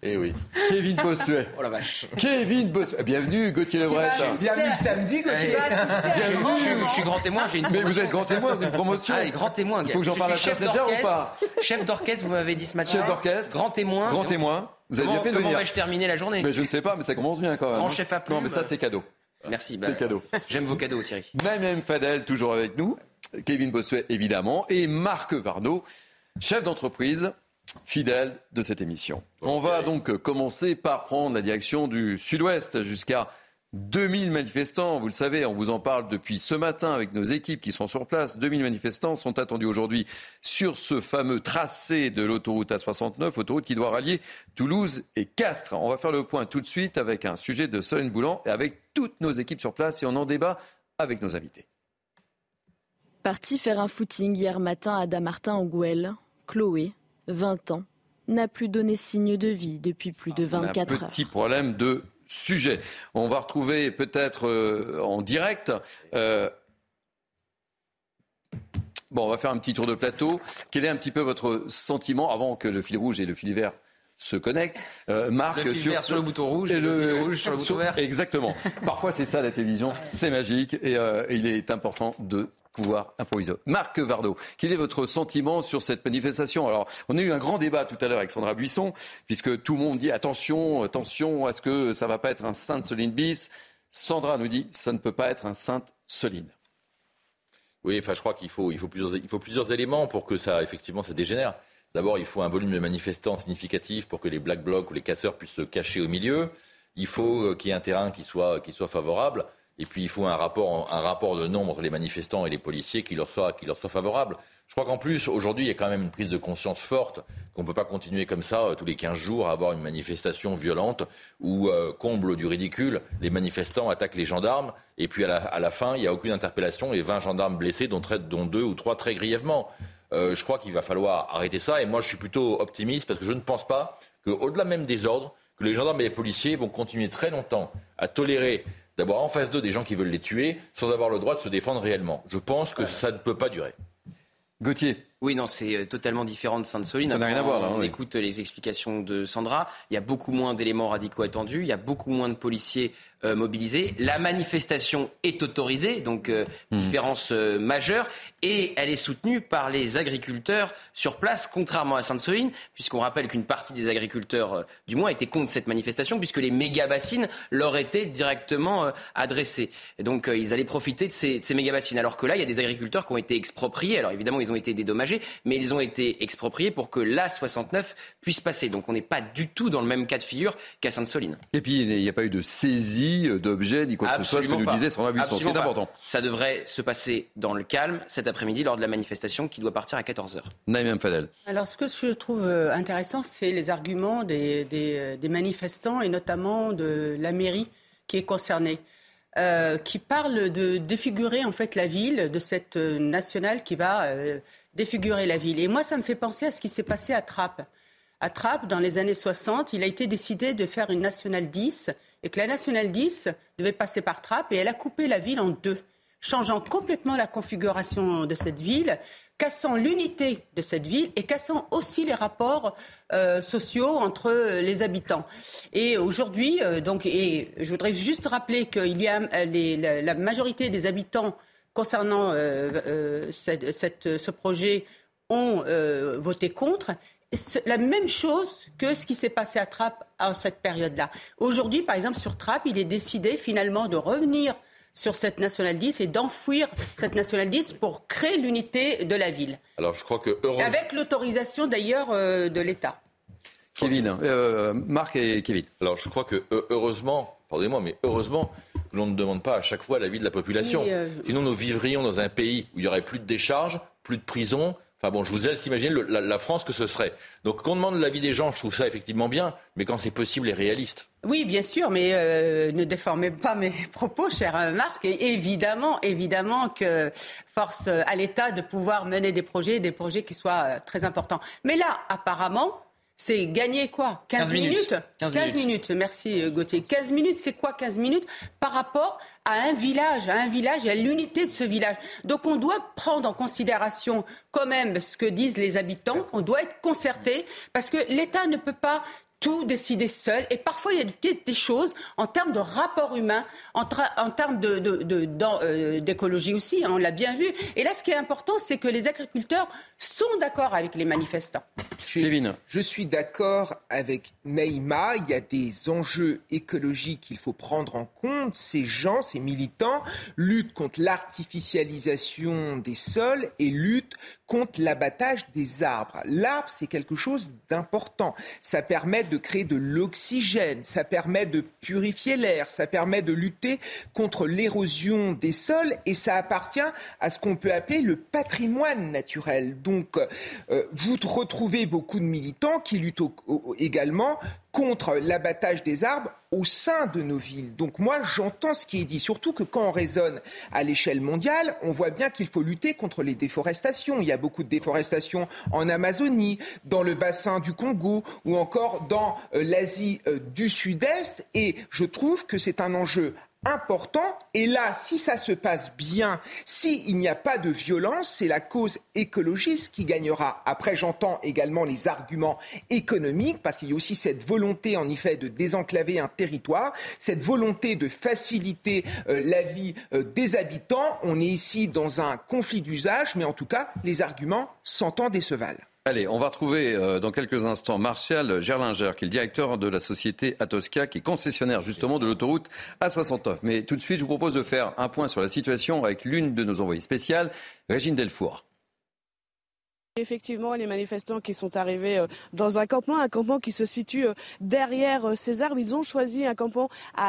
Eh oui. Kevin Bossuet. Oh la vache. Kevin Bossuet. Bienvenue, Gauthier Lebret. Bienvenue le samedi, Gauthier. Je suis grand témoin, j'ai une promotion. Mais vous êtes grand témoin, c'est une promotion. Ah, grand témoin. Il faut que j'en parle à chef d'orchestre ou pas? Chef d'orchestre, vous m'avez dit ce matin. Chef d'orchestre. Grand témoin. Grand témoin. Vous avez bien fait de venir. Comment vais-je terminer la journée? Mais je ne sais pas, mais ça commence bien quand même. Grand chef à plume. Non, mais ça, c'est cadeau. Merci. C'est cadeau. J'aime vos cadeaux, Thierry. Naïm Fadel, toujours avec nous. Kevin Bossuet, évidemment. Et Marc Varnaud, chef d'entreprise, fidèle de cette émission. On va donc commencer par prendre la direction du Sud-Ouest jusqu'à 2000 manifestants. Vous le savez, on vous en parle depuis ce matin avec nos équipes qui sont sur place. 2000 manifestants sont attendus aujourd'hui sur ce fameux tracé de l'autoroute A69, autoroute qui doit rallier Toulouse et Castres. On va faire le point tout de suite avec un sujet de Solène Boulan et avec toutes nos équipes sur place et on en débat avec nos invités. Partie faire un footing hier matin à Damartin en Gouelle, Chloé, 20 ans, n'a plus donné signe de vie depuis plus de 24 heures. Un petit problème de sujet. On va retrouver peut-être en direct. On va faire un petit tour de plateau. Quel est un petit peu votre sentiment avant que le fil rouge et le fil vert se connectent, Marc, le fil vert sur le bouton rouge et le fil rouge sur le bouton vert. Exactement. Parfois, c'est ça la télévision. C'est magique et il est important de pouvoir improviser. Marc Varnaud, quel est votre sentiment sur cette manifestation? Alors, on a eu un grand débat tout à l'heure avec Sandra Buisson, puisque tout le monde dit attention, est-ce que ça ne va pas être un Sainte-Soline bis? Sandra nous dit ça ne peut pas être un Sainte-Soline. Oui, je crois qu'il faut plusieurs éléments pour que ça, effectivement, ça dégénère. D'abord, il faut un volume de manifestants significatif pour que les Black Blocs ou les casseurs puissent se cacher au milieu. Il faut qu'il y ait un terrain qui soit favorable. Et puis, il faut un rapport de nombre entre les manifestants et les policiers qui leur soit favorable. Je crois qu'en plus, aujourd'hui, il y a quand même une prise de conscience forte qu'on ne peut pas continuer comme ça tous les 15 jours à avoir une manifestation violente où, comble du ridicule, les manifestants attaquent les gendarmes et puis à la fin, il n'y a aucune interpellation et 20 gendarmes blessés, dont 2 ou 3 très grièvement. Je crois qu'il va falloir arrêter ça et moi, je suis plutôt optimiste parce que je ne pense pas qu'au-delà même des ordres, que les gendarmes et les policiers vont continuer très longtemps à tolérer d'avoir en face d'eux des gens qui veulent les tuer sans avoir le droit de se défendre réellement. Je pense que ça ne peut pas durer. Gauthier. Oui, non, c'est totalement différent de Sainte-Soline. Ça n'a rien à voir, là. On écoute les explications de Sandra. Il y a beaucoup moins d'éléments radicaux attendus. Il y a beaucoup moins de policiers mobilisés. La manifestation est autorisée, donc différence majeure. Et elle est soutenue par les agriculteurs sur place, contrairement à Sainte-Soline, puisqu'on rappelle qu'une partie des agriculteurs, du moins, étaient contre cette manifestation, puisque les méga-bassines leur étaient directement adressées. Et donc, ils allaient profiter de ces méga-bassines. Alors que là, il y a des agriculteurs qui ont été expropriés. Alors évidemment, ils ont été dédommagés, mais ils ont été expropriés pour que l'A69 puisse passer. Donc on n'est pas du tout dans le même cas de figure qu'à Sainte-Soline. Et puis il n'y a pas eu de saisie d'objets ni quoi que ce soit, ce que nous disait Sandra Buisson. C'est important. Ça devrait se passer dans le calme cet après-midi lors de la manifestation qui doit partir à 14h. Naïm Fadel. Alors ce que je trouve intéressant, c'est les arguments des manifestants et notamment de la mairie qui est concernée. Qui parle de défigurer en fait la ville, de cette nationale qui va défigurer la ville. Et moi, ça me fait penser à ce qui s'est passé à Trappes. À Trappes, dans les années 60, il a été décidé de faire une nationale 10 et que la nationale 10 devait passer par Trappes et elle a coupé la ville en deux, changeant complètement la configuration de cette ville, cassant l'unité de cette ville et cassant aussi les rapports sociaux entre les habitants. Et aujourd'hui, et je voudrais juste rappeler qu'il y a la majorité des habitants concernant ce projet ont voté contre. C'est la même chose que ce qui s'est passé à Trappes en cette période-là. Aujourd'hui, par exemple, sur Trappes, il est décidé finalement de revenir sur cette nationale 10 et d'enfouir cette nationale 10 pour créer l'unité de la ville. Alors, je crois que avec l'autorisation d'ailleurs de l'État. Kevin, Marc et Kevin. Alors, je crois que heureusement, pardonnez-moi, mais heureusement que l'on ne demande pas à chaque fois l'avis de la population. Sinon, nous vivrions dans un pays où il n'y aurait plus de décharges, plus de prisons. Enfin bon, je vous laisse imaginer la France que ce serait. Donc qu'on demande l'avis des gens, je trouve ça effectivement bien, mais quand c'est possible et réaliste. Oui, bien sûr, mais ne déformez pas mes propos, cher Marc. Et évidemment que force à l'État de pouvoir mener des projets qui soient très importants. Mais là, apparemment, c'est gagner quoi 15 minutes 15 minutes. Merci Gauthier. 15 minutes, c'est quoi 15 minutes par rapport à un village et à l'unité de ce village. Donc on doit prendre en considération quand même ce que disent les habitants. On doit être concerté parce que l'État ne peut pas tout décider seul. Et parfois, il y a des choses en termes de rapport humain, en termes d'écologie aussi, hein, on l'a bien vu. Et là, ce qui est important, c'est que les agriculteurs sont d'accord avec les manifestants. Je suis d'accord avec Naïma. Il y a des enjeux écologiques qu'il faut prendre en compte. Ces gens, ces militants, luttent contre l'artificialisation des sols et luttent contre l'abattage des arbres. L'arbre, c'est quelque chose d'important. Ça permet de créer de l'oxygène, ça permet de purifier l'air, ça permet de lutter contre l'érosion des sols et ça appartient à ce qu'on peut appeler le patrimoine naturel. Donc, vous retrouvez beaucoup de militants qui luttent également contre l'abattage des arbres au sein de nos villes. Donc moi, j'entends ce qui est dit, surtout que quand on raisonne à l'échelle mondiale, on voit bien qu'il faut lutter contre les déforestations. Il y a beaucoup de déforestation en Amazonie, dans le bassin du Congo ou encore dans l'Asie du Sud-Est. Et je trouve que c'est un enjeu important. Et là, si ça se passe bien, s'il n'y a pas de violence, c'est la cause écologiste qui gagnera. Après, j'entends également les arguments économiques, parce qu'il y a aussi cette volonté, en effet, de désenclaver un territoire, cette volonté de faciliter la vie des habitants. On est ici dans un conflit d'usage, mais en tout cas, les arguments s'entendent et se valent. Allez, on va retrouver dans quelques instants Martial Gerlinger, qui est le directeur de la société Atosca, qui est concessionnaire justement de l'autoroute A69. Mais tout de suite, je vous propose de faire un point sur la situation avec l'une de nos envoyées spéciales, Régine Delfour. Effectivement, les manifestants qui sont arrivés dans un campement qui se situe derrière ces arbres, ils ont choisi un campement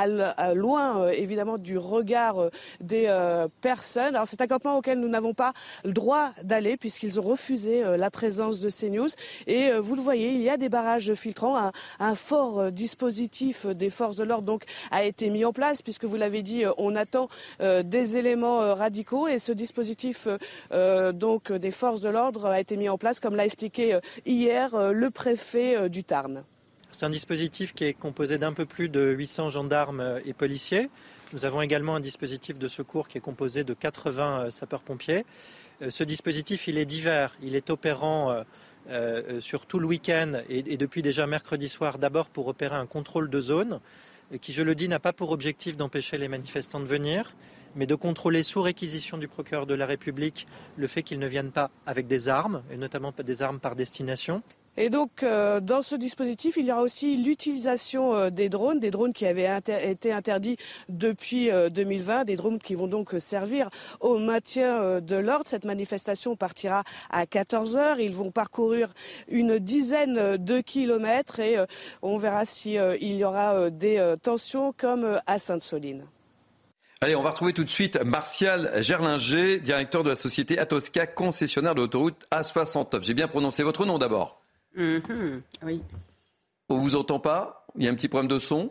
loin évidemment du regard des personnes. Alors c'est un campement auquel nous n'avons pas le droit d'aller puisqu'ils ont refusé la présence de CNews. Et vous le voyez, il y a des barrages filtrants, un fort dispositif des forces de l'ordre donc a été mis en place puisque vous l'avez dit, on attend des éléments radicaux et ce dispositif donc des forces de l'ordre a été mis en place, comme l'a expliqué hier le préfet du Tarn. C'est un dispositif qui est composé d'un peu plus de 800 gendarmes et policiers. Nous avons également un dispositif de secours qui est composé de 80 sapeurs-pompiers. Ce dispositif, il est divers, il est opérant sur tout le week-end et depuis déjà mercredi soir, d'abord pour opérer un contrôle de zone, qui, je le dis, n'a pas pour objectif d'empêcher les manifestants de venir, mais de contrôler sous réquisition du procureur de la République le fait qu'ils ne viennent pas avec des armes, et notamment pas des armes par destination. Et donc, dans ce dispositif, il y aura aussi l'utilisation des drones qui avaient été interdits depuis 2020, des drones qui vont donc servir au maintien de l'ordre. Cette manifestation partira à 14h. Ils vont parcourir une dizaine de kilomètres et on verra s'il y aura des tensions comme à Sainte-Soline. Allez, on va retrouver tout de suite Martial Gerlinger, directeur de la société Atosca, concessionnaire de l'autoroute A69. J'ai bien prononcé votre nom d'abord. Oui. On vous entend pas? Il y a un petit problème de son?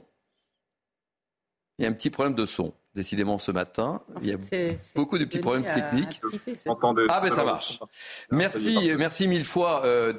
Il y a un petit problème de son. Décidément, ce matin, il y a beaucoup de petits problèmes techniques. Ah ben ça marche. Merci mille fois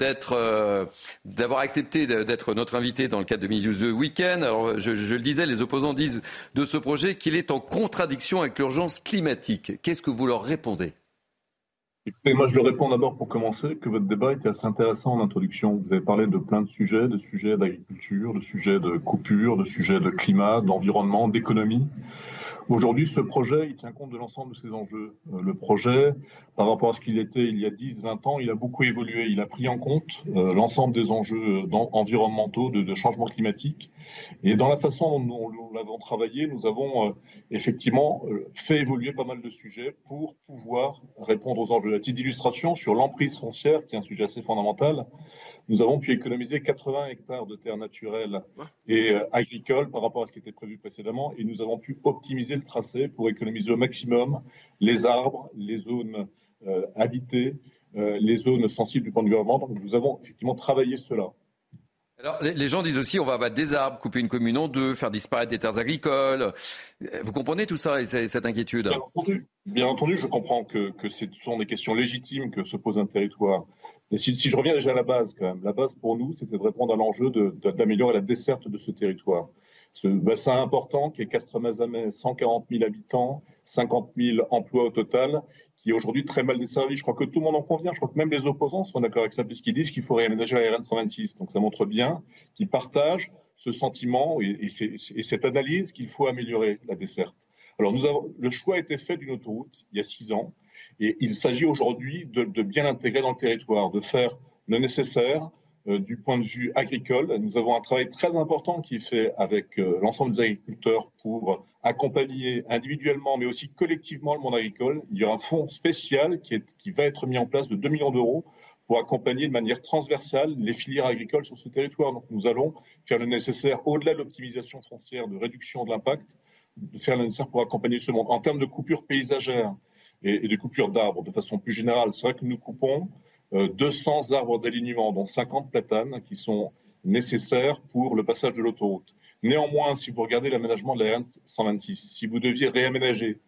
d'avoir accepté d'être notre invité dans le cadre de Midi News Weekend. Alors, je le disais, les opposants disent de ce projet qu'il est en contradiction avec l'urgence climatique. Qu'est-ce que vous leur répondez? Écoutez, moi je le réponds d'abord pour commencer que votre débat était assez intéressant en introduction. Vous avez parlé de plein de sujets d'agriculture, de sujets de coupure, de sujets de climat, d'environnement, d'économie. Aujourd'hui, ce projet, il tient compte de l'ensemble de ces enjeux. Le projet, par rapport à ce qu'il était il y a 10-20 ans, il a beaucoup évolué. Il a pris en compte l'ensemble des enjeux environnementaux, de changement climatique. Et dans la façon dont nous l'avons travaillé, nous avons effectivement fait évoluer pas mal de sujets pour pouvoir répondre aux enjeux. À titre d'illustration, sur l'emprise foncière, qui est un sujet assez fondamental, nous avons pu économiser 80 hectares de terres naturelles et agricoles par rapport à ce qui était prévu précédemment. Et nous avons pu optimiser le tracé pour économiser au maximum les arbres, les zones habitées, les zones sensibles du point de vue environnemental. Donc nous avons effectivement travaillé cela. Alors, les gens disent aussi on va abattre des arbres, couper une commune en deux, faire disparaître des terres agricoles. Vous comprenez tout ça et cette inquiétude? Bien entendu, je comprends que ce sont des questions légitimes que se pose un territoire. Mais si je reviens déjà à la base, quand même, la base pour nous, c'était de répondre à l'enjeu d'améliorer la desserte de ce territoire. Ce bassin important qui est Castres-Mazamet, 140 000 habitants, 50 000 emplois au total, qui est aujourd'hui très mal desservi. Je crois que tout le monde en convient. Je crois que même les opposants sont d'accord avec ça, puisqu'ils disent qu'il faut réaménager la RN 126. Donc ça montre bien qu'ils partagent ce sentiment et cette analyse qu'il faut améliorer la desserte. Alors le choix a été fait d'une autoroute il y a 6 ans et il s'agit aujourd'hui de bien l'intégrer dans le territoire, de faire le nécessaire du point de vue agricole. Nous avons un travail très important qui est fait avec l'ensemble des agriculteurs pour accompagner individuellement mais aussi collectivement le monde agricole. Il y a un fonds spécial qui va être mis en place de 2 millions d'euros pour accompagner de manière transversale les filières agricoles sur ce territoire. Donc nous allons faire le nécessaire, au-delà de l'optimisation foncière, de réduction de l'impact, de faire le nécessaire pour accompagner ce monde. En termes de coupures paysagères et de coupures d'arbres, de façon plus générale, c'est vrai que nous coupons 200 arbres d'alignement, dont 50 platanes, qui sont nécessaires pour le passage de l'autoroute. Néanmoins, si vous regardez l'aménagement de la RN 126, si vous deviez réaménager,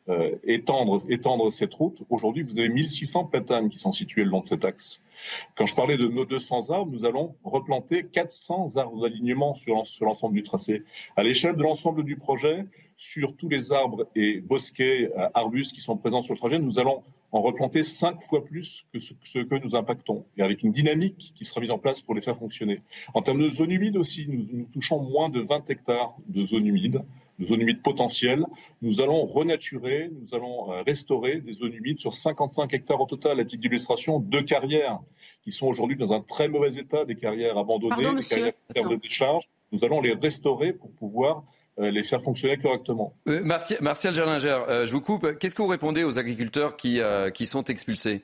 étendre cette route, aujourd'hui, vous avez 1600 platanes qui sont situées le long de cet axe. Quand je parlais de nos 200 arbres, nous allons replanter 400 arbres d'alignement sur l'ensemble du tracé. À l'échelle de l'ensemble du projet, sur tous les arbres et bosquets, arbustes qui sont présents sur le trajet, nous allons en replanter 5 fois plus que ce que nous impactons, et avec une dynamique qui sera mise en place pour les faire fonctionner. En termes de zones humides aussi, nous touchons moins de 20 hectares de zones humides potentielles. Nous allons renaturer, nous allons restaurer des zones humides sur 55 hectares au total. À titre d'illustration, 2 carrières qui sont aujourd'hui dans un très mauvais état, des carrières abandonnées, des carrières qui servent de décharge. Nous allons les restaurer pour pouvoir les faire fonctionner correctement. Martial Gerlinger, je vous coupe. Qu'est-ce que vous répondez aux agriculteurs qui sont expulsés?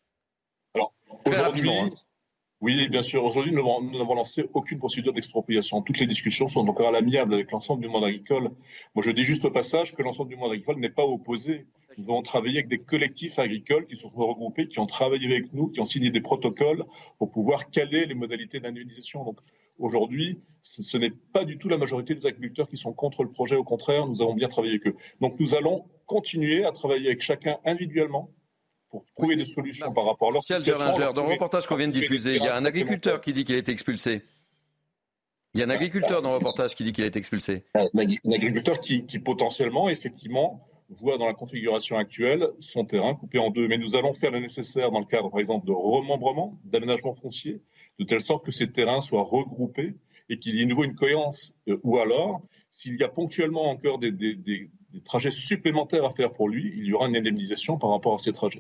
Alors, très rapidement. Oui, bien sûr. Aujourd'hui, nous n'avons lancé aucune procédure d'expropriation. Toutes les discussions sont encore à l'amiable avec l'ensemble du monde agricole. Moi, je dis juste au passage que l'ensemble du monde agricole n'est pas opposé. Nous avons travaillé avec des collectifs agricoles qui se sont regroupés, qui ont travaillé avec nous, qui ont signé des protocoles pour pouvoir caler les modalités d'indemnisation. Donc, aujourd'hui, ce n'est pas du tout la majorité des agriculteurs qui sont contre le projet. Au contraire, nous avons bien travaillé avec eux. Donc, nous allons continuer à travailler avec chacun individuellement pour trouver des solutions par rapport à leur situation. Dans le reportage qu'on vient de diffuser, il y a un agriculteur qui dit qu'il a été expulsé. Il y a un agriculteur dans le reportage qui dit qu'il a été expulsé. Un agriculteur qui potentiellement, effectivement, voit dans la configuration actuelle son terrain coupé en 2. Mais nous allons faire le nécessaire dans le cadre, par exemple, de remembrement, d'aménagement foncier, de telle sorte que ces terrains soient regroupés et qu'il y ait de nouveau une cohérence. Ou alors, s'il y a ponctuellement encore des trajets supplémentaires à faire pour lui, il y aura une indemnisation par rapport à ces trajets.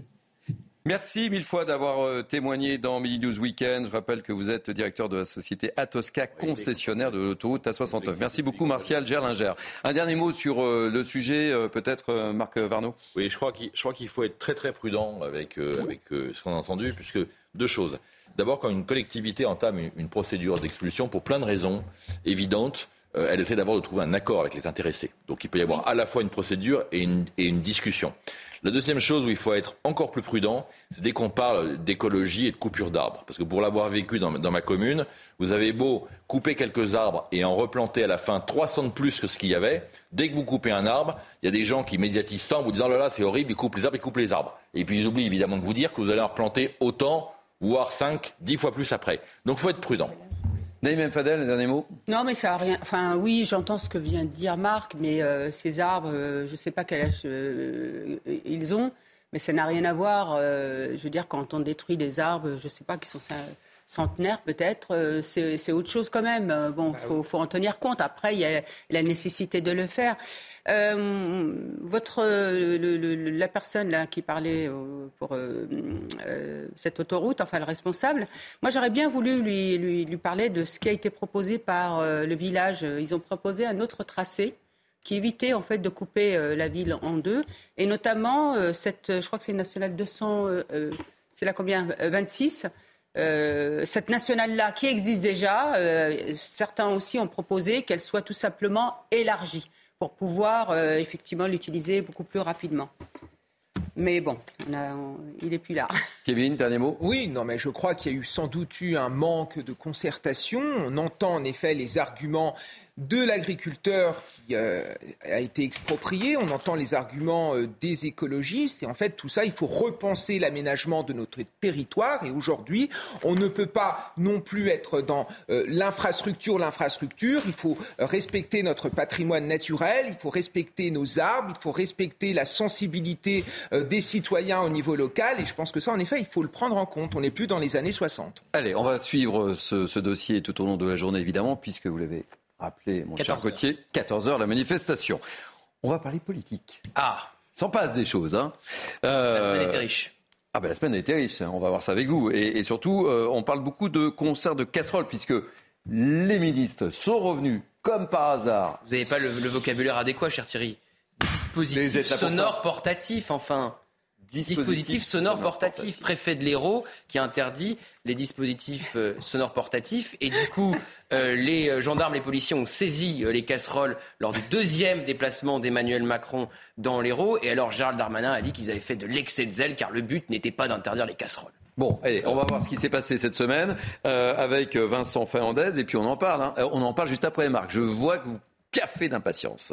Merci 1000 fois d'avoir témoigné dans Midi News Weekend. Je rappelle que vous êtes directeur de la société Atosca, concessionnaire de l'autoroute A69. Merci beaucoup Martial Gerlinger. Un dernier mot sur le sujet, peut-être Marc Varnaud. Oui, je crois qu'il faut être très très prudent avec ce qu'on a entendu, puisque 2 choses. D'abord, quand une collectivité entame une procédure d'expulsion, pour plein de raisons évidentes, elle essaie d'abord de trouver un accord avec les intéressés. Donc il peut y avoir à la fois une procédure et une discussion. La deuxième chose où il faut être encore plus prudent, c'est dès qu'on parle d'écologie et de coupure d'arbres. Parce que pour l'avoir vécu dans ma commune, vous avez beau couper quelques arbres et en replanter à la fin 300 de plus que ce qu'il y avait. Dès que vous coupez un arbre, il y a des gens qui médiatisent ça en vous disant « Oh là là, c'est horrible, ils coupent les arbres ». Et puis ils oublient évidemment de vous dire que vous allez en replanter autant, voire 5, 10 fois plus après. Donc il faut être prudent. Naïm Fadel, un dernier mot ? Non, mais ça n'a rien. Enfin, oui, j'entends ce que vient de dire Marc, mais ces arbres, je ne sais pas quel âge ils ont, mais ça n'a rien à voir. Je veux dire, quand on détruit des arbres, je ne sais pas, qui sont centenaires peut-être, c'est autre chose quand même. Bon, faut en tenir compte. Après, il y a la nécessité de le faire. La personne là qui parlait pour cette autoroute, enfin le responsable, moi j'aurais bien voulu lui parler de ce qui a été proposé par le village. Ils ont proposé un autre tracé qui évitait en fait de couper la ville en 2, et notamment je crois que c'est une nationale 200, c'est la combien 26. Cette nationale-là qui existe déjà, certains aussi ont proposé qu'elle soit tout simplement élargie pour pouvoir effectivement l'utiliser beaucoup plus rapidement. Mais bon, il n'est plus là. Kevin, dernier mot ? Oui, non, mais je crois qu'il y a sans doute eu un manque de concertation. On entend en effet les arguments de l'agriculteur qui a été exproprié, on entend les arguments des écologistes, et en fait tout ça, il faut repenser l'aménagement de notre territoire, et aujourd'hui on ne peut pas non plus être dans l'infrastructure, il faut respecter notre patrimoine naturel, il faut respecter nos arbres, il faut respecter la sensibilité des citoyens au niveau local, et je pense que ça en effet il faut le prendre en compte, on n'est plus dans les années 60. Allez, on va suivre ce dossier tout au long de la journée évidemment, puisque vous l'avez rappelé, mon cher Gauthier, 14h, la manifestation. On va parler politique. S'en passe des choses. Hein. La semaine était riche. La semaine a été riche, on va voir ça avec vous. Et surtout, on parle beaucoup de concerts de casseroles, puisque les ministres sont revenus, comme par hasard. Vous n'avez pas le vocabulaire adéquat, cher Thierry. Dispositif sonore portatif, enfin. Dispositif sonore portatif. Préfet de l'Hérault qui interdit les dispositifs sonores portatifs. Et du coup, les gendarmes, les policiers ont saisi les casseroles lors du deuxième déplacement d'Emmanuel Macron dans l'Hérault. Et alors Gérald Darmanin a dit qu'ils avaient fait de l'excès de zèle car le but n'était pas d'interdire les casseroles. Bon, allez, on va voir ce qui s'est passé cette semaine avec Vincent Fernandez. Et puis on en parle. Hein. On en parle juste après, Marc. Je vois que vous piaffez d'impatience.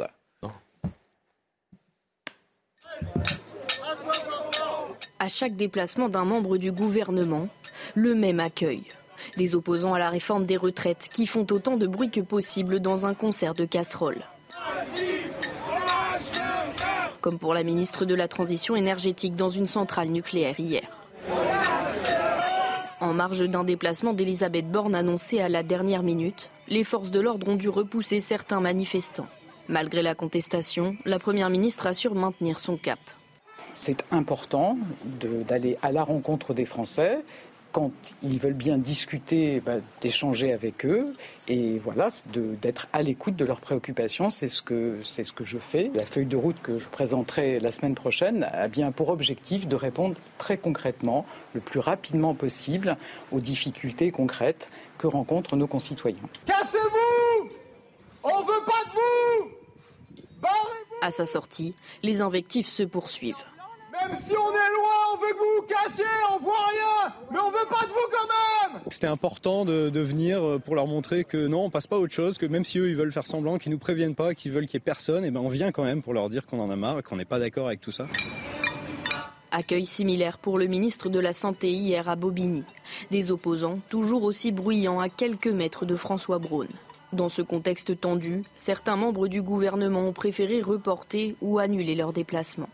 À chaque déplacement d'un membre du gouvernement, le même accueil. Des opposants à la réforme des retraites qui font autant de bruit que possible dans un concert de casseroles. Comme pour la ministre de la Transition énergétique dans une centrale nucléaire hier. En marge d'un déplacement d'Elisabeth Borne annoncé à la dernière minute, les forces de l'ordre ont dû repousser certains manifestants. Malgré la contestation, la Première ministre assure maintenir son cap. C'est important d'aller à la rencontre des Français quand ils veulent bien discuter, d'échanger avec eux et voilà, d'être à l'écoute de leurs préoccupations. C'est ce que je fais. La feuille de route que je présenterai la semaine prochaine a bien pour objectif de répondre très concrètement, le plus rapidement possible, aux difficultés concrètes que rencontrent nos concitoyens. Cassez-vous! On veut pas de vous! Barrez-vous! À sa sortie, les invectives se poursuivent. Même si on est loin, on veut que vous vous cassiez, on voit rien, mais on veut pas de vous quand même. C'était important de venir pour leur montrer que non, on passe pas à autre chose, que même si eux ils veulent faire semblant, qu'ils nous préviennent pas, qu'ils veulent qu'il y ait personne, et on vient quand même pour leur dire qu'on en a marre et qu'on n'est pas d'accord avec tout ça. Accueil similaire pour le ministre de la Santé hier à Bobigny. Des opposants toujours aussi bruyants à quelques mètres de François Braun. Dans ce contexte tendu, certains membres du gouvernement ont préféré reporter ou annuler leur déplacement.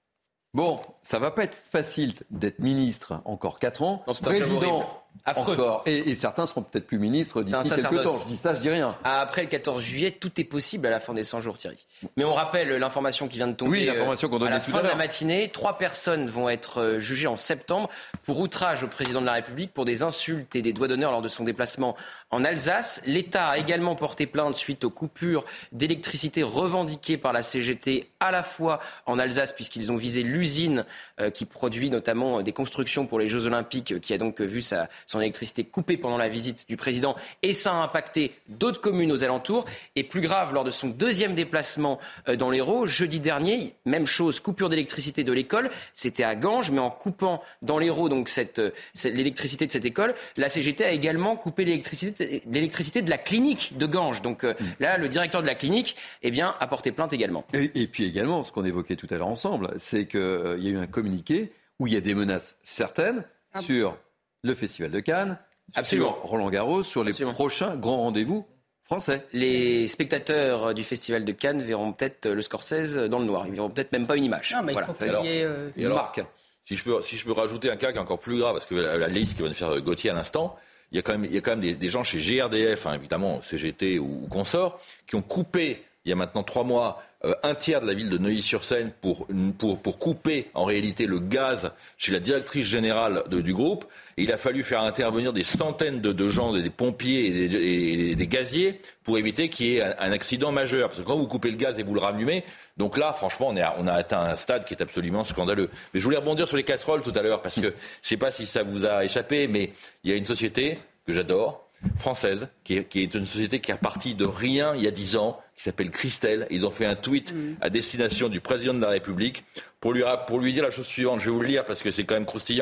Bon, ça va pas être facile d'être ministre encore 4 ans, non, président encore, et certains seront peut-être plus ministres d'ici quelques temps. Je dis ça, je dis rien. Après le 14 juillet, tout est possible à la fin des 100 jours, Thierry. Mais on rappelle l'information qui vient de tomber. Oui, l'information qu'on donnait à la tout fin à de l'heure. la matinée. 3 personnes vont être jugées en septembre pour outrage au président de la République pour des insultes et des doigts d'honneur lors de son déplacement en Alsace. L'État a également porté plainte suite aux coupures d'électricité revendiquées par la CGT à la fois en Alsace puisqu'ils ont visé l'usine qui produit notamment des constructions pour les Jeux Olympiques qui a donc vu son électricité coupée pendant la visite du président et ça a impacté d'autres communes aux alentours. Et plus grave, lors de son deuxième déplacement dans l'Hérault, jeudi dernier, même chose, coupure d'électricité de l'école, c'était à Ganges, mais en coupant dans l'Hérault donc l'électricité de cette école, la CGT a également coupé l'électricité de la clinique de Ganges. Donc là, le directeur de la clinique a porté plainte également. Et puis également, ce qu'on évoquait tout à l'heure ensemble, c'est qu'il y a eu un communiqué où il y a des menaces certaines sur le Festival de Cannes, Absolument. sur Roland-Garros, sur les prochains grands rendez-vous français. Les spectateurs du Festival de Cannes verront peut-être le Scorsese dans le noir. Ils verront peut-être même pas une image. Non, mais voilà. il faut qu'il y ait une marque. Si je peux rajouter un cas qui est encore plus grave, parce que la liste qui vient de faire Gauthier à l'instant, il y a quand même des gens chez GRDF, évidemment CGT ou consorts, qui ont coupé, il y a maintenant 3 mois, un tiers de la ville de Neuilly-sur-Seine pour couper en réalité le gaz chez la directrice générale du groupe. Et il a fallu faire intervenir des centaines de gens, des pompiers et des gaziers pour éviter qu'il y ait un accident majeur. Parce que quand vous coupez le gaz et vous le rallumez, donc là, franchement, on a atteint un stade qui est absolument scandaleux. Mais je voulais rebondir sur les casseroles tout à l'heure parce que je ne sais pas si ça vous a échappé, mais il y a une société que j'adore, française, qui est une société qui est partie de rien il y a 10 ans, qui s'appelle Christelle. Ils ont fait un tweet à destination du président de la République pour lui dire la chose suivante. Je vais vous le lire parce que c'est quand même croustillant.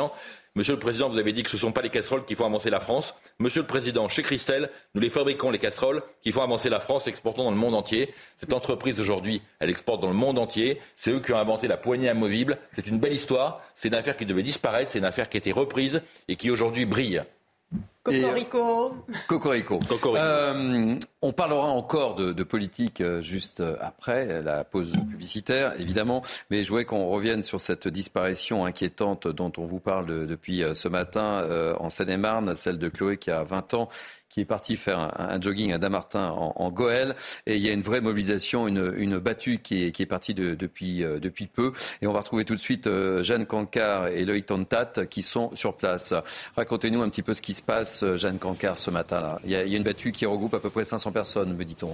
Monsieur le Président, vous avez dit que ce ne sont pas les casseroles qui font avancer la France. Monsieur le Président, chez Christelle, nous les fabriquons, les casseroles qui font avancer la France, exportons dans le monde entier. Cette entreprise aujourd'hui, elle exporte dans le monde entier. C'est eux qui ont inventé la poignée amovible. C'est une belle histoire. C'est une affaire qui devait disparaître. C'est une affaire qui a été reprise et qui aujourd'hui brille. Cocorico. Cocorico. On parlera encore de politique juste après la pause publicitaire, évidemment. Mais je voudrais qu'on revienne sur cette disparition inquiétante dont on vous parle depuis ce matin en Seine-et-Marne, celle de Chloé qui a 20 ans, qui est partie faire un jogging à Dammartin en Goële. Et il y a une vraie mobilisation, une battue qui est partie depuis peu. Et on va retrouver tout de suite Jeanne Cancard et Loïc Tontat qui sont sur place. Racontez-nous un petit peu ce qui se passe, Jeanne Cancard, ce matin-là. Il y a une battue qui regroupe à peu près 500 personnes, me dit-on.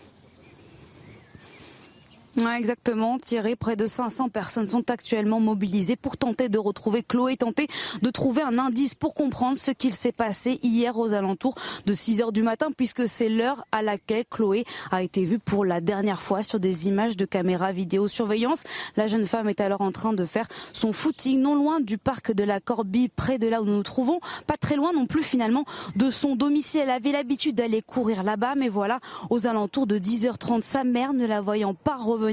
Ouais, exactement, Thierry. Près de 500 personnes sont actuellement mobilisées pour tenter de retrouver Chloé, tenter de trouver un indice pour comprendre ce qu'il s'est passé hier aux alentours de 6h du matin, puisque c'est l'heure à laquelle Chloé a été vue pour la dernière fois sur des images de caméras vidéosurveillance. La jeune femme est alors en train de faire son footing non loin du parc de la Corbie, près de là où nous nous trouvons, pas très loin non plus finalement de son domicile. Elle avait l'habitude d'aller courir là-bas, mais voilà, aux alentours de 10h30, sa mère, ne la voyant pas revenir,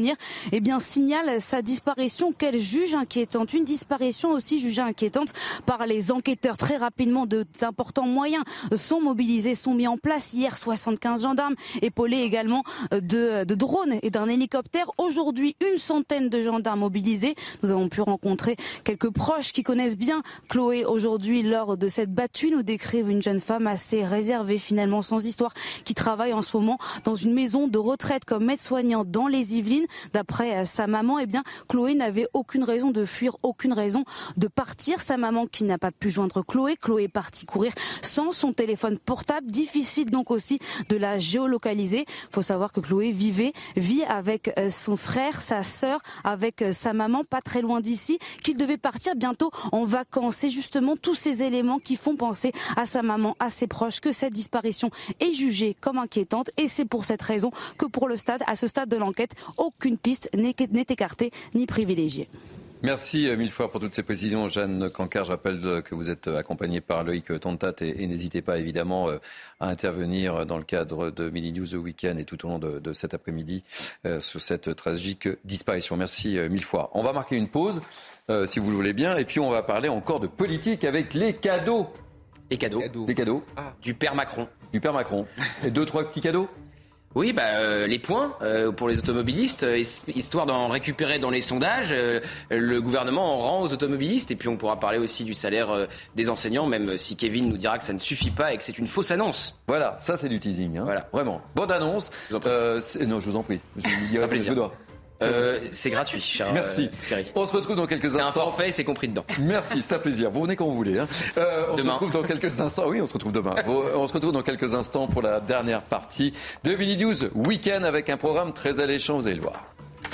signale sa disparition qu'elle juge inquiétante. Une disparition aussi jugée inquiétante par les enquêteurs. Très rapidement, d'importants moyens sont mobilisés, sont mis en place. Hier, 75 gendarmes, épaulés également de drones et d'un hélicoptère. Aujourd'hui, une centaine de gendarmes mobilisés. Nous avons pu rencontrer quelques proches qui connaissent bien Chloé aujourd'hui lors de cette battue. Nous décrivent une jeune femme assez réservée, finalement sans histoire, qui travaille en ce moment dans une maison de retraite comme aide-soignante dans les Yvelines. D'après sa maman, Chloé n'avait aucune raison de fuir, aucune raison de partir. Sa maman qui n'a pas pu joindre Chloé. Chloé est partie courir sans son téléphone portable. Difficile donc aussi de la géolocaliser. Il faut savoir que Chloé vit avec son frère, sa sœur, avec sa maman, pas très loin d'ici, qu'il devait partir bientôt en vacances. C'est justement tous ces éléments qui font penser à sa maman, à ses proches, que cette disparition est jugée comme inquiétante. Et c'est pour cette raison que à ce stade de l'enquête, aucune piste n'est écartée ni privilégiée. Merci mille fois pour toutes ces précisions, Jeanne Cancard. Je rappelle que vous êtes accompagnée par Loïc Tontat et n'hésitez pas évidemment à intervenir dans le cadre de Midi News The Weekend et tout au long de cet après-midi sur cette tragique disparition. Merci mille fois. On va marquer une pause, si vous le voulez bien, et puis on va parler encore de politique avec les cadeaux. Les cadeaux. Les cadeaux. Du père Macron. Du père Macron. Et 2-3 petits cadeaux. Oui, les points pour les automobilistes, histoire d'en récupérer dans les sondages. Le gouvernement en rend aux automobilistes. Et puis on pourra parler aussi du salaire des enseignants, même si Kevin nous dira que ça ne suffit pas et que c'est une fausse annonce. Voilà, ça c'est du teasing. Voilà. Vraiment. Bonne annonce. Non, je vous en prie. Je vous dirai plus que doigt. C'est gratuit, cher Merci. Thierry. On se retrouve dans quelques instants. C'est un forfait, c'est compris dedans. Merci, c'est un plaisir. Vous venez quand vous voulez. On se retrouve dans quelques instants. Oui, on se retrouve demain. On se retrouve dans quelques instants pour la dernière partie de Midi News Weekend avec un programme très alléchant, vous allez le voir.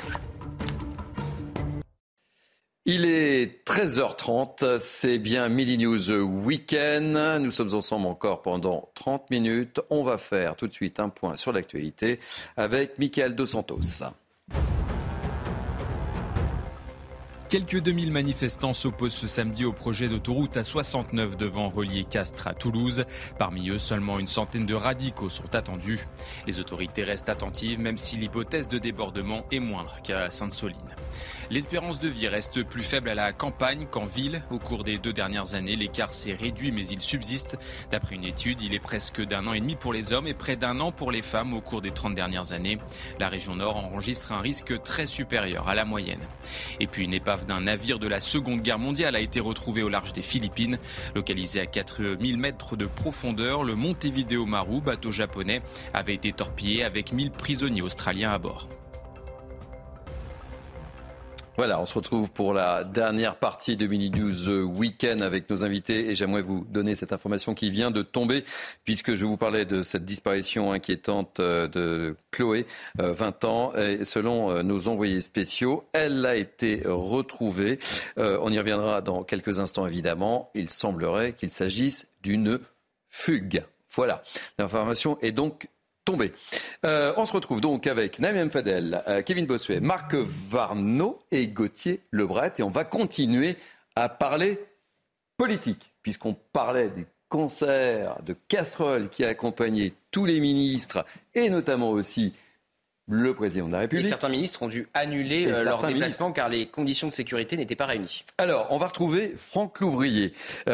Il est 13h30, c'est bien Midi News Weekend. Nous sommes ensemble encore pendant 30 minutes. On va faire tout de suite un point sur l'actualité avec Mickaël Dos Santos. Quelques 2000 manifestants s'opposent ce samedi au projet d'autoroute A69 devant relier Castres à Toulouse. Parmi eux, seulement une centaine de radicaux sont attendus. Les autorités restent attentives, même si l'hypothèse de débordement est moindre qu'à Sainte-Soline. L'espérance de vie reste plus faible à la campagne qu'en ville. Au cours des 2 dernières années, l'écart s'est réduit, mais il subsiste. D'après une étude, il est presque d'1 an et demi pour les hommes et près d'1 an pour les femmes au cours des 30 dernières années. La région Nord enregistre un risque très supérieur à la moyenne. Et puis une épave d'un navire de la Seconde Guerre mondiale a été retrouvé au large des Philippines. Localisé à 4000 mètres de profondeur, le Montevideo Maru, bateau japonais, avait été torpillé avec 1000 prisonniers australiens à bord. Voilà, on se retrouve pour la dernière partie de Midi News Weekend avec nos invités et j'aimerais vous donner cette information qui vient de tomber puisque je vous parlais de cette disparition inquiétante de Chloé, 20 ans. Et selon nos envoyés spéciaux, elle a été retrouvée. On y reviendra dans quelques instants évidemment. Il semblerait qu'il s'agisse d'une fugue. Voilà, l'information est donc tombé. On se retrouve donc avec Naïm Fadel, Kevin Bossuet, Marc Varno et Gauthier Lebret. Et on va continuer à parler politique, puisqu'on parlait des concerts de casseroles qui accompagnaient tous les ministres et notamment aussi le président de la République. Et certains ministres ont dû annuler leur déplacement car les conditions de sécurité n'étaient pas réunies. Alors, on va retrouver Franck Louvrier,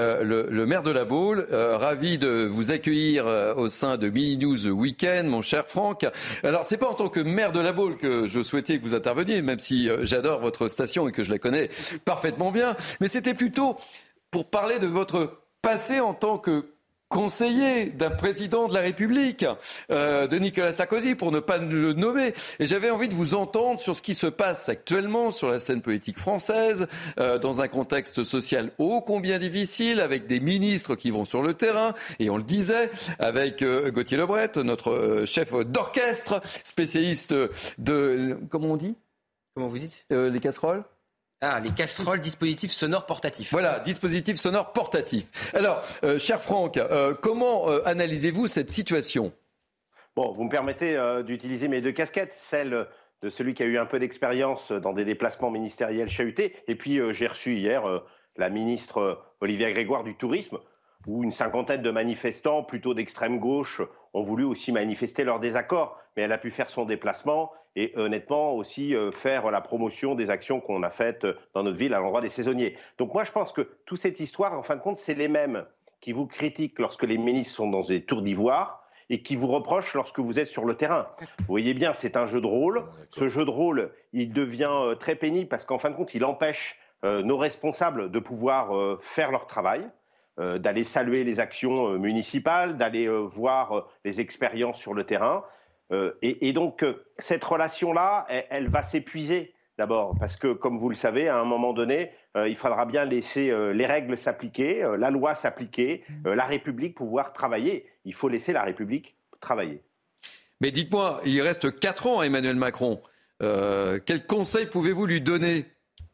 le maire de La Baule. Ravi de vous accueillir au sein de Midi News Weekend, mon cher Franck. Alors, c'est pas en tant que maire de La Baule que je souhaitais que vous interveniez, même si j'adore votre station et que je la connais parfaitement bien, mais c'était plutôt pour parler de votre passé en tant que conseiller d'un président de la République, de Nicolas Sarkozy, pour ne pas le nommer. Et j'avais envie de vous entendre sur ce qui se passe actuellement sur la scène politique française, dans un contexte social ô combien difficile, avec des ministres qui vont sur le terrain, et on le disait, avec Gauthier Lebret, notre chef d'orchestre, spécialiste de... Comment on dit ? Comment vous dites ? Les casseroles ? Ah, les casseroles, dispositifs sonores portatifs. Voilà, dispositifs sonores portatifs. Alors, cher Franck, comment analysez-vous cette situation ? Bon, vous me permettez d'utiliser mes deux casquettes, celle de celui qui a eu un peu d'expérience dans des déplacements ministériels chahutés, et puis j'ai reçu hier la ministre Olivia Grégoire du Tourisme, où une cinquantaine de manifestants, plutôt d'extrême gauche, ont voulu aussi manifester leur désaccord. Mais elle a pu faire son déplacement et honnêtement aussi faire la promotion des actions qu'on a faites dans notre ville à l'endroit des saisonniers. Donc moi je pense que toute cette histoire, en fin de compte, c'est les mêmes qui vous critiquent lorsque les ministres sont dans des tours d'ivoire et qui vous reprochent lorsque vous êtes sur le terrain. Vous voyez bien, c'est un jeu de rôle. Ce jeu de rôle, il devient très pénible parce qu'en fin de compte, il empêche nos responsables de pouvoir faire leur travail. D'aller saluer les actions municipales, d'aller voir les expériences sur le terrain. Et donc, cette relation-là, elle va s'épuiser d'abord, parce que, comme vous le savez, à un moment donné, il faudra bien laisser les règles s'appliquer, la loi s'appliquer, la République pouvoir travailler. Il faut laisser la République travailler. Mais dites-moi, il reste 4 ans à Emmanuel Macron. Quel conseil pouvez-vous lui donner ?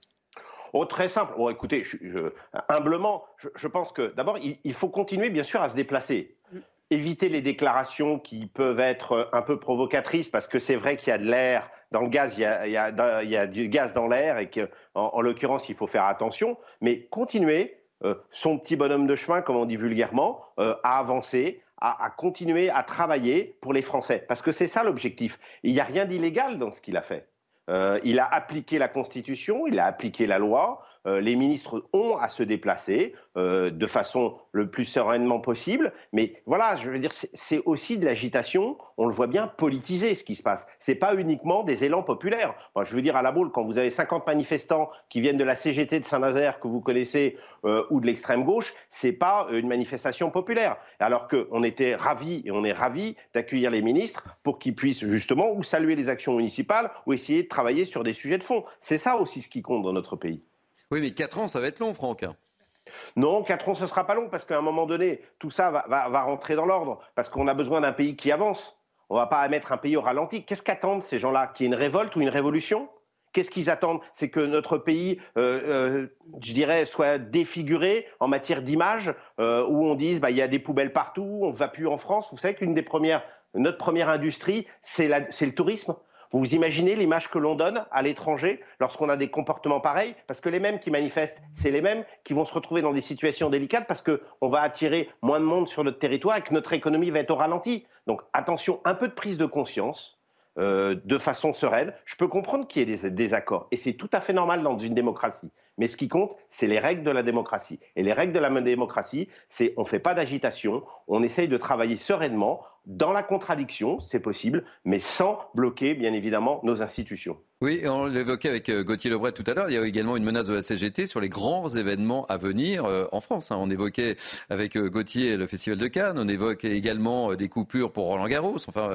Oh, très simple. Bon, écoutez, humblement, je pense que d'abord, il faut continuer, bien sûr, à se déplacer. Éviter les déclarations qui peuvent être un peu provocatrices, parce que c'est vrai qu'il y a de l'air dans le gaz, il y a du gaz dans l'air, et qu'en l'occurrence, il faut faire attention. Mais continuer son petit bonhomme de chemin, comme on dit vulgairement, à avancer, à continuer à travailler pour les Français. Parce que c'est ça l'objectif. Il n'y a rien d'illégal dans ce qu'il a fait. Il a appliqué la Constitution, il a appliqué la loi. Les ministres ont à se déplacer de façon le plus sereinement possible. Mais voilà, je veux dire, c'est aussi de l'agitation, on le voit bien, politisé ce qui se passe. C'est pas uniquement des élans populaires. Moi, je veux dire, à La Baule, quand vous avez 50 manifestants qui viennent de la CGT de Saint-Nazaire, que vous connaissez, ou de l'extrême gauche, c'est pas une manifestation populaire. Alors qu'on était ravis, et on est ravis d'accueillir les ministres pour qu'ils puissent justement ou saluer les actions municipales ou essayer de travailler sur des sujets de fond. C'est ça aussi ce qui compte dans notre pays. Oui, mais 4 ans, ça va être long, Franck. Non, 4 ans, ce ne sera pas long, parce qu'à un moment donné, tout ça va rentrer dans l'ordre, parce qu'on a besoin d'un pays qui avance. On ne va pas mettre un pays au ralenti. Qu'est-ce qu'attendent ces gens-là ? Qu'il y ait une révolte ou une révolution ? Qu'est-ce qu'ils attendent ? C'est que notre pays, je dirais, soit défiguré en matière d'image, où on dise il y a des poubelles partout, on ne va plus en France. Vous savez notre première industrie, c'est le tourisme. Vous imaginez l'image que l'on donne à l'étranger lorsqu'on a des comportements pareils ? Parce que les mêmes qui manifestent, c'est les mêmes qui vont se retrouver dans des situations délicates parce qu'on va attirer moins de monde sur notre territoire et que notre économie va être au ralenti. Donc attention, un peu de prise de conscience, de façon sereine. Je peux comprendre qu'il y ait des désaccords et c'est tout à fait normal dans une démocratie. Mais ce qui compte, c'est les règles de la démocratie. Et les règles de la démocratie, c'est on ne fait pas d'agitation, on essaye de travailler sereinement, dans la contradiction, c'est possible, mais sans bloquer, bien évidemment, nos institutions. Oui, on l'évoquait avec Gauthier Lebret tout à l'heure, il y a également une menace de la CGT sur les grands événements à venir en France. On évoquait avec Gauthier le Festival de Cannes, on évoque également des coupures pour Roland-Garros. Enfin,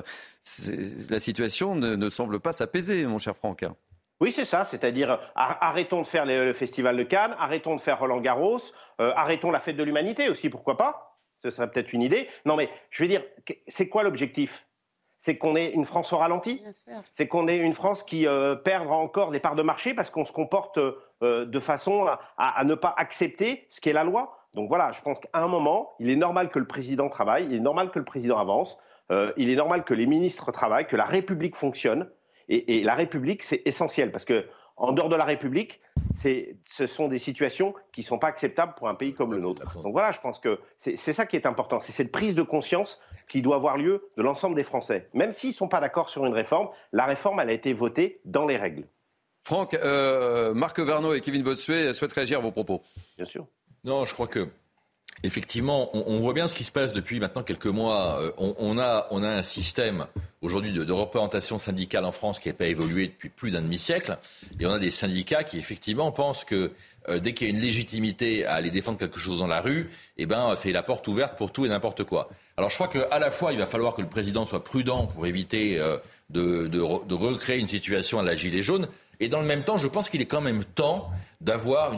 la situation ne semble pas s'apaiser, mon cher Franck. Oui, c'est ça, c'est-à-dire arrêtons de faire le Festival de Cannes, arrêtons de faire Roland-Garros, arrêtons la fête de l'humanité aussi, pourquoi pas ? Ce serait peut-être une idée. Non mais, je veux dire, c'est quoi l'objectif ? C'est qu'on ait une France au ralenti ? C'est qu'on ait une France qui perdra encore des parts de marché parce qu'on se comporte de façon à ne pas accepter ce qu'est la loi ? Donc voilà, je pense qu'à un moment, il est normal que le président travaille, il est normal que le président avance, il est normal que les ministres travaillent, que la République fonctionne. Et la République, c'est essentiel parce que en dehors de la République, ce sont des situations qui ne sont pas acceptables pour un pays comme le nôtre. Donc voilà, je pense que c'est ça qui est important. C'est cette prise de conscience qui doit avoir lieu de l'ensemble des Français. Même s'ils ne sont pas d'accord sur une réforme, la réforme, elle a été votée dans les règles. Franck, Marc Verneau et Kevin Bossuet souhaitent réagir à vos propos. Bien sûr. Non, je crois que effectivement, on voit bien ce qui se passe depuis maintenant quelques mois. On a un système aujourd'hui de représentation syndicale en France qui n'a pas évolué depuis plus d'un demi-siècle. Et on a des syndicats qui effectivement pensent que dès qu'il y a une légitimité à aller défendre quelque chose dans la rue, c'est la porte ouverte pour tout et n'importe quoi. Alors je crois qu'à la fois, il va falloir que le président soit prudent pour éviter de recréer une situation à la gilet jaune. Et dans le même temps, je pense qu'il est quand même temps d'avoir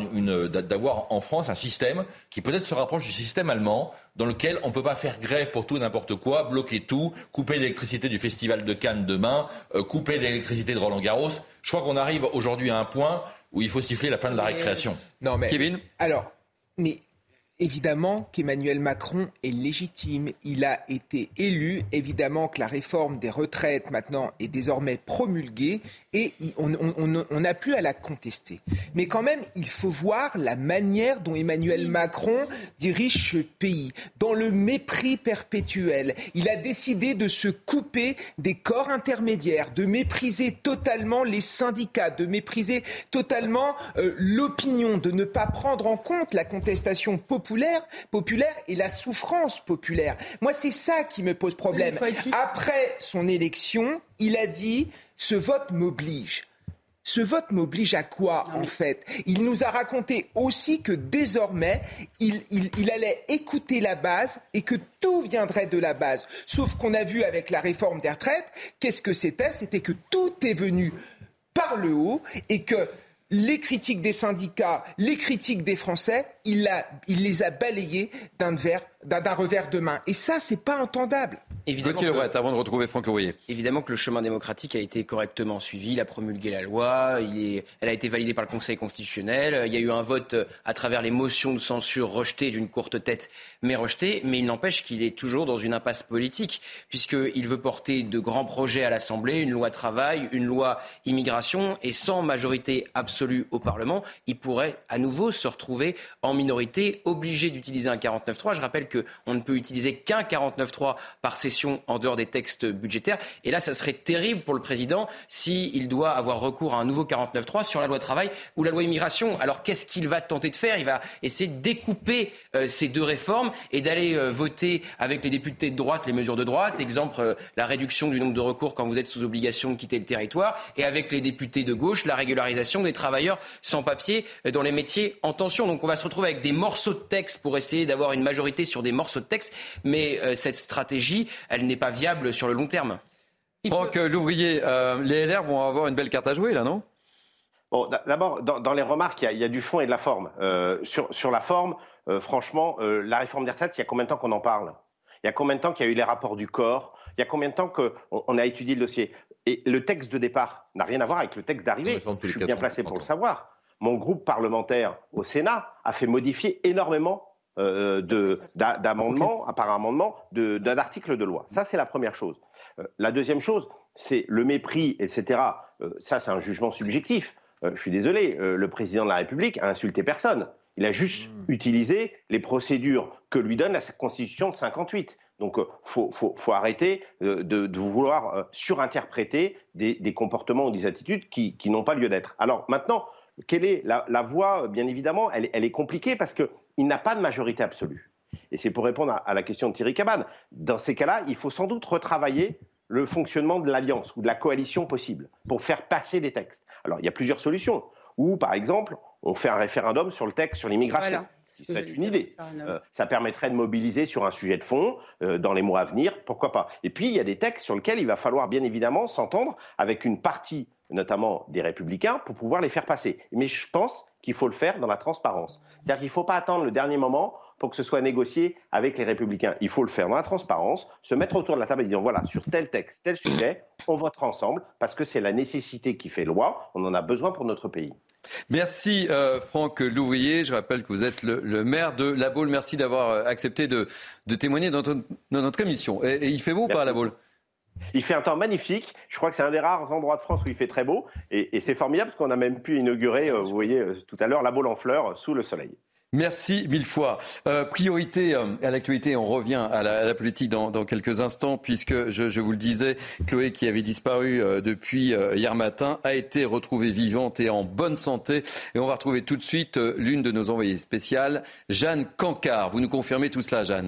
en France un système qui peut-être se rapproche du système allemand, dans lequel on ne peut pas faire grève pour tout et n'importe quoi, bloquer tout, couper l'électricité du Festival de Cannes demain, couper l'électricité de Roland-Garros. Je crois qu'on arrive aujourd'hui à un point où il faut siffler la fin de la récréation. Non, mais Kevin ? Mais évidemment qu'Emmanuel Macron est légitime. Il a été élu. Évidemment que la réforme des retraites maintenant est désormais promulguée et on n'a plus à la contester. Mais quand même, il faut voir la manière dont Emmanuel Macron dirige ce pays. Dans le mépris perpétuel, il a décidé de se couper des corps intermédiaires, de mépriser totalement les syndicats, de mépriser totalement l'opinion, de ne pas prendre en compte la contestation populaire et la souffrance populaire. Moi, c'est ça qui me pose problème. Après son élection, il a dit « ce vote m'oblige ». Ce vote m'oblige à quoi, en fait ? Il nous a raconté aussi que désormais, il allait écouter la base et que tout viendrait de la base. Sauf qu'on a vu avec la réforme des retraites, qu'est-ce que c'était ? C'était que tout est venu par le haut et que les critiques des syndicats, les critiques des Français, il les a balayées d'un revers de main. Et ça, c'est pas entendable. Avant de retrouver Franck Lourier. Évidemment que le chemin démocratique a été correctement suivi. Il a promulgué la loi. Elle a été validée par le Conseil constitutionnel. Il y a eu un vote à travers les motions de censure rejetées d'une courte tête, mais rejetées. Mais il n'empêche qu'il est toujours dans une impasse politique, puisqu'il veut porter de grands projets à l'Assemblée, une loi travail, une loi immigration. Et sans majorité absolue au Parlement, il pourrait à nouveau se retrouver en minorité, obligé d'utiliser un 49.3. Je rappelle qu'on ne peut utiliser qu'un 49.3 par session en dehors des textes budgétaires. Et là, ça serait terrible pour le président s'il doit avoir recours à un nouveau 49.3 sur la loi travail ou la loi immigration. Alors, qu'est-ce qu'il va tenter de faire ? Il va essayer de découper ces deux réformes et d'aller voter avec les députés de droite les mesures de droite. Exemple, la réduction du nombre de recours quand vous êtes sous obligation de quitter le territoire. Et avec les députés de gauche, la régularisation des travailleurs sans papier dans les métiers en tension. Donc, on va se retrouver avec des morceaux de texte pour essayer d'avoir une majorité sur des morceaux de texte. Mais cette stratégie, elle n'est pas viable sur le long terme. Franck Louvrier, les LR vont avoir une belle carte à jouer, là, non ? Bon, d'abord, dans les remarques, il y a du fond et de la forme. Sur la forme, franchement, la réforme des retraites, il y a combien de temps qu'on en parle ? Il y a combien de temps qu'il y a eu les rapports du corps ? Il y a combien de temps qu'on a étudié le dossier ? Et le texte de départ n'a rien à voir avec le texte d'arrivée. Je suis bien placé pour le savoir. Mon groupe parlementaire au Sénat a fait modifier énormément d'amendements, par amendement d'un article de loi. Ça, c'est la première chose. La deuxième chose, c'est le mépris, etc. Ça, c'est un jugement subjectif. Je suis désolé, le président de la République a insulté personne. Il a juste utilisé les procédures que lui donne la Constitution de 58. Donc, faut arrêter de vouloir surinterpréter des comportements ou des attitudes qui n'ont pas lieu d'être. Alors, maintenant, quelle est la voie ? Bien évidemment, elle est compliquée parce qu'il n'a pas de majorité absolue. Et c'est pour répondre à la question de Thierry Cabannes. Dans ces cas-là, il faut sans doute retravailler le fonctionnement de l'alliance ou de la coalition possible pour faire passer des textes. Alors, il y a plusieurs solutions. Ou, par exemple, on fait un référendum sur le texte sur l'immigration. Voilà. Ce serait une idée. Ça permettrait de mobiliser sur un sujet de fond dans les mois à venir, pourquoi pas. Et puis, il y a des textes sur lesquels il va falloir bien évidemment s'entendre avec une partie, notamment des Républicains, pour pouvoir les faire passer. Mais je pense qu'il faut le faire dans la transparence. C'est-à-dire qu'il ne faut pas attendre le dernier moment pour que ce soit négocié avec les Républicains. Il faut le faire dans la transparence, se mettre autour de la table et dire voilà, sur tel texte, tel sujet, on votera ensemble parce que c'est la nécessité qui fait loi, on en a besoin pour notre pays. Merci Franck Louvrier. Je rappelle que vous êtes le maire de La Baule. Merci d'avoir accepté de témoigner dans notre émission. Et il fait beau ou pas à La Baule ? Il fait un temps magnifique. Je crois que c'est un des rares endroits de France où il fait très beau. Et c'est formidable parce qu'on a même pu inaugurer, vous voyez, tout à l'heure, la Baule en fleurs sous le soleil. Merci mille fois. Priorité à l'actualité, on revient à la politique dans quelques instants, puisque je vous le disais, Chloé, qui avait disparu depuis hier matin, a été retrouvée vivante et en bonne santé. Et on va retrouver tout de suite l'une de nos envoyées spéciales, Jeanne Cancard. Vous nous confirmez tout cela, Jeanne ?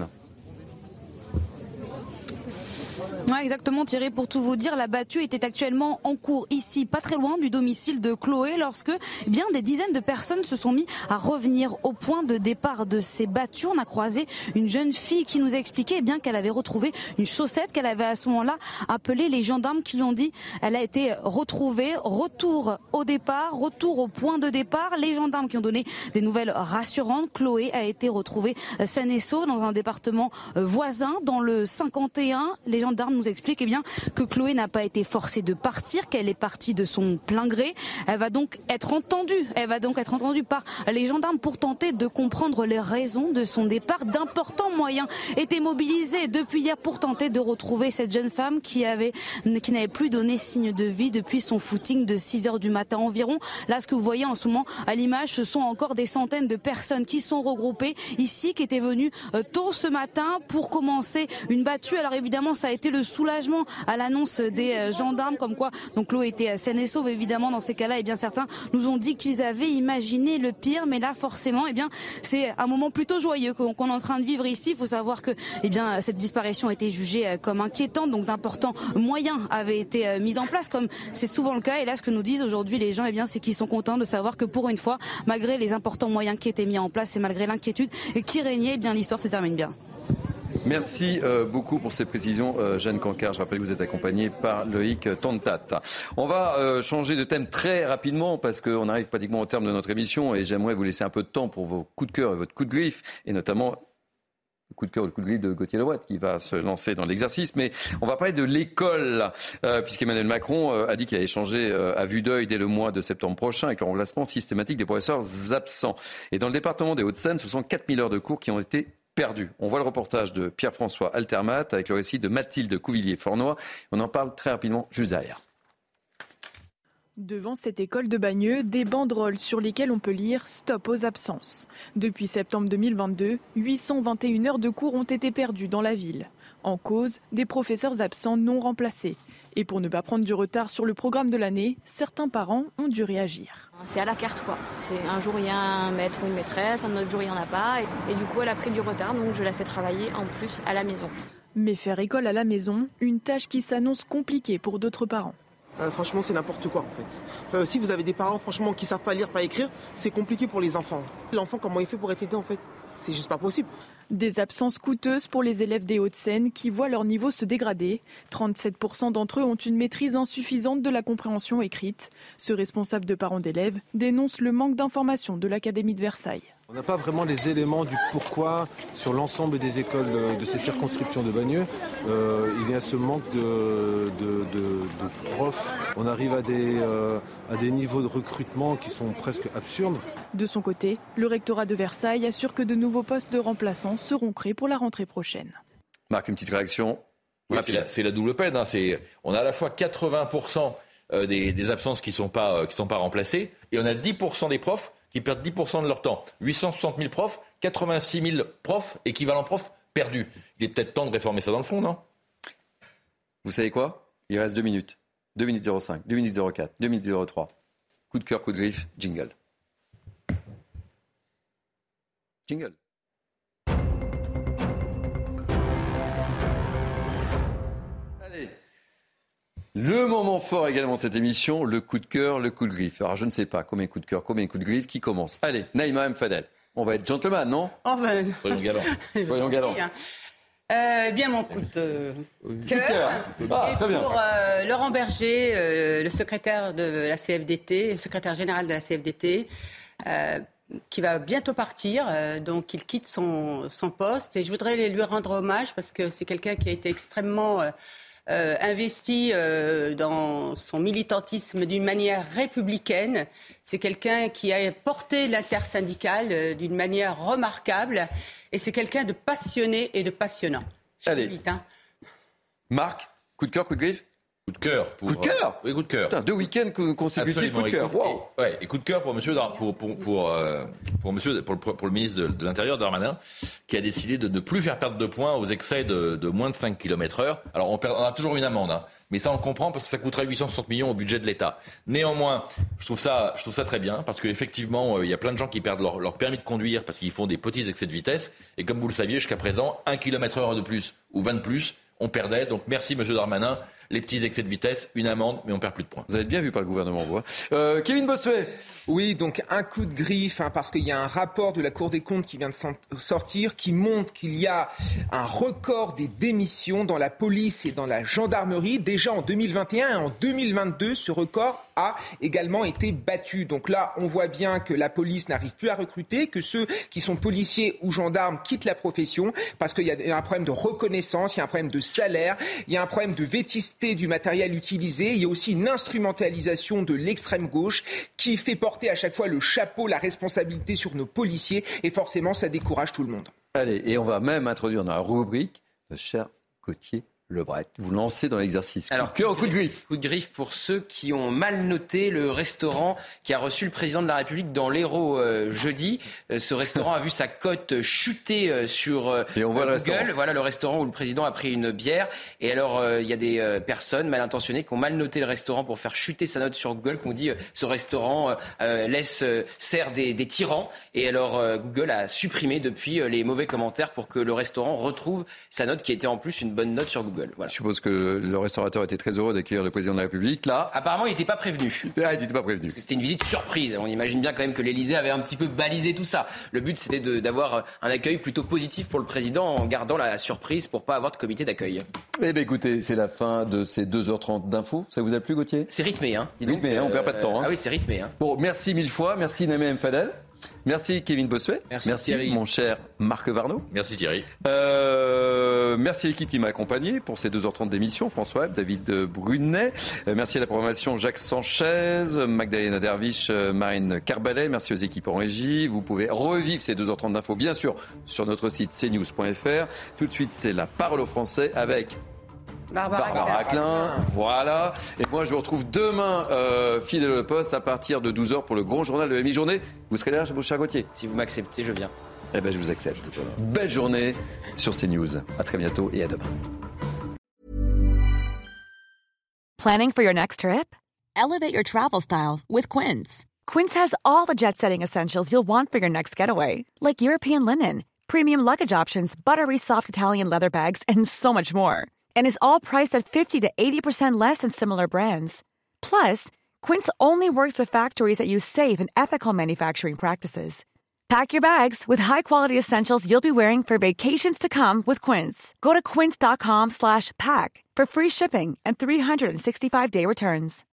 Ouais, exactement Thierry, pour tout vous dire, la battue était actuellement en cours ici, pas très loin du domicile de Chloé, lorsque bien des dizaines de personnes se sont mis à revenir au point de départ de ces battues. On a croisé une jeune fille qui nous a expliqué bien qu'elle avait retrouvé une chaussette qu'elle avait à ce moment-là appelé les gendarmes qui lui ont dit elle a été retrouvée. Retour au départ, retour au point de départ. Les gendarmes qui ont donné des nouvelles rassurantes. Chloé a été retrouvée saine et sauve dans un département voisin, dans le 51. Les gendarmes nous explique que Chloé n'a pas été forcée de partir, qu'elle est partie de son plein gré. Elle va donc être entendue par les gendarmes pour tenter de comprendre les raisons de son départ. D'importants moyens étaient mobilisés depuis hier pour tenter de retrouver cette jeune femme qui n'avait plus donné signe de vie depuis son footing de 6h du matin environ. Là, ce que vous voyez en ce moment à l'image, ce sont encore des centaines de personnes qui sont regroupées ici, qui étaient venues tôt ce matin pour commencer une battue. Alors évidemment, ça a été le soulagement à l'annonce des gendarmes, comme quoi donc Chloé était saine et sauve. Évidemment, dans ces cas-là, certains nous ont dit qu'ils avaient imaginé le pire, mais là, forcément, c'est un moment plutôt joyeux qu'on est en train de vivre ici. Il faut savoir que, cette disparition a été jugée comme inquiétante, donc d'importants moyens avaient été mis en place, comme c'est souvent le cas. Et là, ce que nous disent aujourd'hui les gens, c'est qu'ils sont contents de savoir que pour une fois, malgré les importants moyens qui étaient mis en place et malgré l'inquiétude qui régnait, l'histoire se termine bien. Merci beaucoup pour ces précisions, Jeanne Cancard. Je rappelle que vous êtes accompagnée par Loïc Tontat. On va changer de thème très rapidement parce qu'on arrive pratiquement au terme de notre émission et j'aimerais vous laisser un peu de temps pour vos coups de cœur et votre coup de griffe, et notamment le coup de cœur ou le coup de griffe de Gauthier Lebret qui va se lancer dans l'exercice. Mais on va parler de l'école, puisqu'Emmanuel Macron a dit qu'il allait changer à vue d'œil dès le mois de septembre prochain avec le remplacement systématique des professeurs absents. Et dans le département des Hauts-de-Seine, ce sont 4000 heures de cours qui ont été perdu. On voit le reportage de Pierre-François Altermat avec le récit de Mathilde Couvillier-Fornoy. On en parle très rapidement juste derrière. Devant cette école de Bagneux, des banderoles sur lesquelles on peut lire « Stop aux absences ». Depuis septembre 2022, 821 heures de cours ont été perdues dans la ville. En cause, des professeurs absents non remplacés. Et pour ne pas prendre du retard sur le programme de l'année, certains parents ont dû réagir. C'est à la carte quoi. C'est un jour il y a un maître ou une maîtresse, un autre jour il n'y en a pas. Et du coup elle a pris du retard, donc je la fais travailler en plus à la maison. Mais faire école à la maison, une tâche qui s'annonce compliquée pour d'autres parents. Franchement, c'est n'importe quoi en fait. Si vous avez des parents franchement qui savent pas lire, pas écrire, c'est compliqué pour les enfants. L'enfant, comment il fait pour être aidé en fait? C'est juste pas possible. Des absences coûteuses pour les élèves des Hauts-de-Seine qui voient leur niveau se dégrader. 37% d'entre eux ont une maîtrise insuffisante de la compréhension écrite. Ce responsable de parents d'élèves dénonce le manque d'informations de l'Académie de Versailles. On n'a pas vraiment les éléments du pourquoi sur l'ensemble des écoles de ces circonscriptions de Bagneux. Il y a ce manque de profs. On arrive à des niveaux de recrutement qui sont presque absurdes. De son côté, le rectorat de Versailles assure que de nouveaux postes de remplaçants seront créés pour la rentrée prochaine. Marc, une petite réaction rapide. C'est la double peine. On a à la fois 80% des absences qui sont pas remplacées et on a 10% des profs qui perdent 10% de leur temps. 860 000 profs, 86 000 profs, équivalents profs, perdus. Il est peut-être temps de réformer ça dans le fond, non? Vous savez quoi? Il reste 2 minutes. 2 minutes 05, 2 minutes 04, 2 minutes 03. Coup de cœur, coup de griffe, jingle. Jingle. Allez. Le moment fort également de cette émission, le coup de cœur, le coup de griffe. Alors je ne sais pas combien de coups de cœur, combien de coups de griffe, qui commence? Allez, Naïma M. Fadel. On va être gentleman, non? Soyons galants. Soyons galants. Bien mon coup de cœur. Très bien. Pour Laurent Berger, le secrétaire de la CFDT, le secrétaire général de la CFDT, qui va bientôt partir, donc il quitte son poste. Et je voudrais lui rendre hommage parce que c'est quelqu'un qui a été extrêmement investi dans son militantisme d'une manière républicaine. C'est quelqu'un qui a porté l'intersyndicale d'une manière remarquable. Et c'est quelqu'un de passionné et de passionnant. Allez. Marc, Coup de cœur, coup de griffe. Coup de cœur. Coup de cœur. Oui, coup de cœur. Putain, 2 week-ends consécutifs, coup de cœur. Wow. Et coup de cœur pour le ministre de l'Intérieur, Darmanin, qui a décidé de ne plus faire perdre de points aux excès de moins de 5 km/h. Alors on a toujours une amende, hein, mais ça on comprend parce que ça coûterait 860 millions au budget de l'État. Néanmoins, je trouve ça très bien parce qu'effectivement, il y a plein de gens qui perdent leur permis de conduire parce qu'ils font des petits excès de vitesse. Et comme vous le saviez, jusqu'à présent, 1 km/h de plus ou 20 de plus, on perdait. Donc merci Monsieur Darmanin. Les petits excès de vitesse, une amende, mais on perd plus de points. Vous avez bien vu par le gouvernement, vous. Kevin Bossuet. Oui, donc un coup de griffe, parce qu'il y a un rapport de la Cour des comptes qui vient de sortir, qui montre qu'il y a un record des démissions dans la police et dans la gendarmerie. Déjà en 2021 et en 2022, ce record a également été battu. Donc là, on voit bien que la police n'arrive plus à recruter, que ceux qui sont policiers ou gendarmes quittent la profession parce qu'il y a un problème de reconnaissance, il y a un problème de salaire, il y a un problème de vétusté du matériel utilisé, il y a aussi une instrumentalisation de l'extrême gauche qui fait porter à chaque fois le chapeau, la responsabilité sur nos policiers et forcément ça décourage tout le monde. Allez, et on va même introduire dans la rubrique le cher Gauthier Lebret. Vous lancez dans l'exercice. Alors, coup de griffe. Coup de griffe pour ceux qui ont mal noté le restaurant qui a reçu le président de la République dans l'Hérault jeudi. Ce restaurant a vu sa cote chuter sur Google. Voilà le restaurant où le président a pris une bière. Et alors, il y a des personnes mal intentionnées qui ont mal noté le restaurant pour faire chuter sa note sur Google, qui ont dit ce restaurant sert des tyrans. Et alors, Google a supprimé depuis les mauvais commentaires pour que le restaurant retrouve sa note qui était en plus une bonne note sur Google. Voilà. Je suppose que le restaurateur était très heureux d'accueillir le président de la République. Là, apparemment, il n'était pas prévenu. Ah, il n'était pas prévenu. C'était une visite surprise. On imagine bien quand même que l'Élysée avait un petit peu balisé tout ça. Le but, c'était d'avoir un accueil plutôt positif pour le président en gardant la surprise pour pas avoir de comité d'accueil. Eh bien, écoutez, c'est la fin de ces 2h30 d'infos. Ça vous a plu, Gauthier ? C'est rythmé, hein. Rythmé, on perd pas de temps. Hein. Ah oui, c'est rythmé. Hein. Bon, merci 1000 fois. Merci Naïma M. Fadel. Merci Kevin Bossuet. Merci mon cher Marc Varnaud. Merci Thierry. Merci l'équipe qui m'a accompagné pour ces 2h30 d'émission. François Webb, David Brunet. Merci à la programmation Jacques Sanchez, Magdalena Derviche, Marine Carbalet. Merci aux équipes en régie. Vous pouvez revivre ces 2h30 d'infos, bien sûr, sur notre site cnews.fr. Tout de suite, c'est la parole aux Français avec Barbara Klein, voilà. Et moi, je vous retrouve demain, fidèle au poste, à partir de 12h pour le grand journal de la mi-journée. Vous serez là, mon cher Gauthier ? Si vous m'acceptez, je viens. Eh bien, je vous accepte. Belle journée sur CNews. À très bientôt et à demain. Planning for your next trip? Elevate your travel style with Quince. Quince has all the jet-setting essentials you'll want for your next getaway, like European linen, premium luggage options, buttery soft Italian leather bags, and so much more. And is all priced at 50 to 80% less than similar brands. Plus, Quince only works with factories that use safe and ethical manufacturing practices. Pack your bags with high-quality essentials you'll be wearing for vacations to come with Quince. Go to quince.com/pack for free shipping and 365-day returns.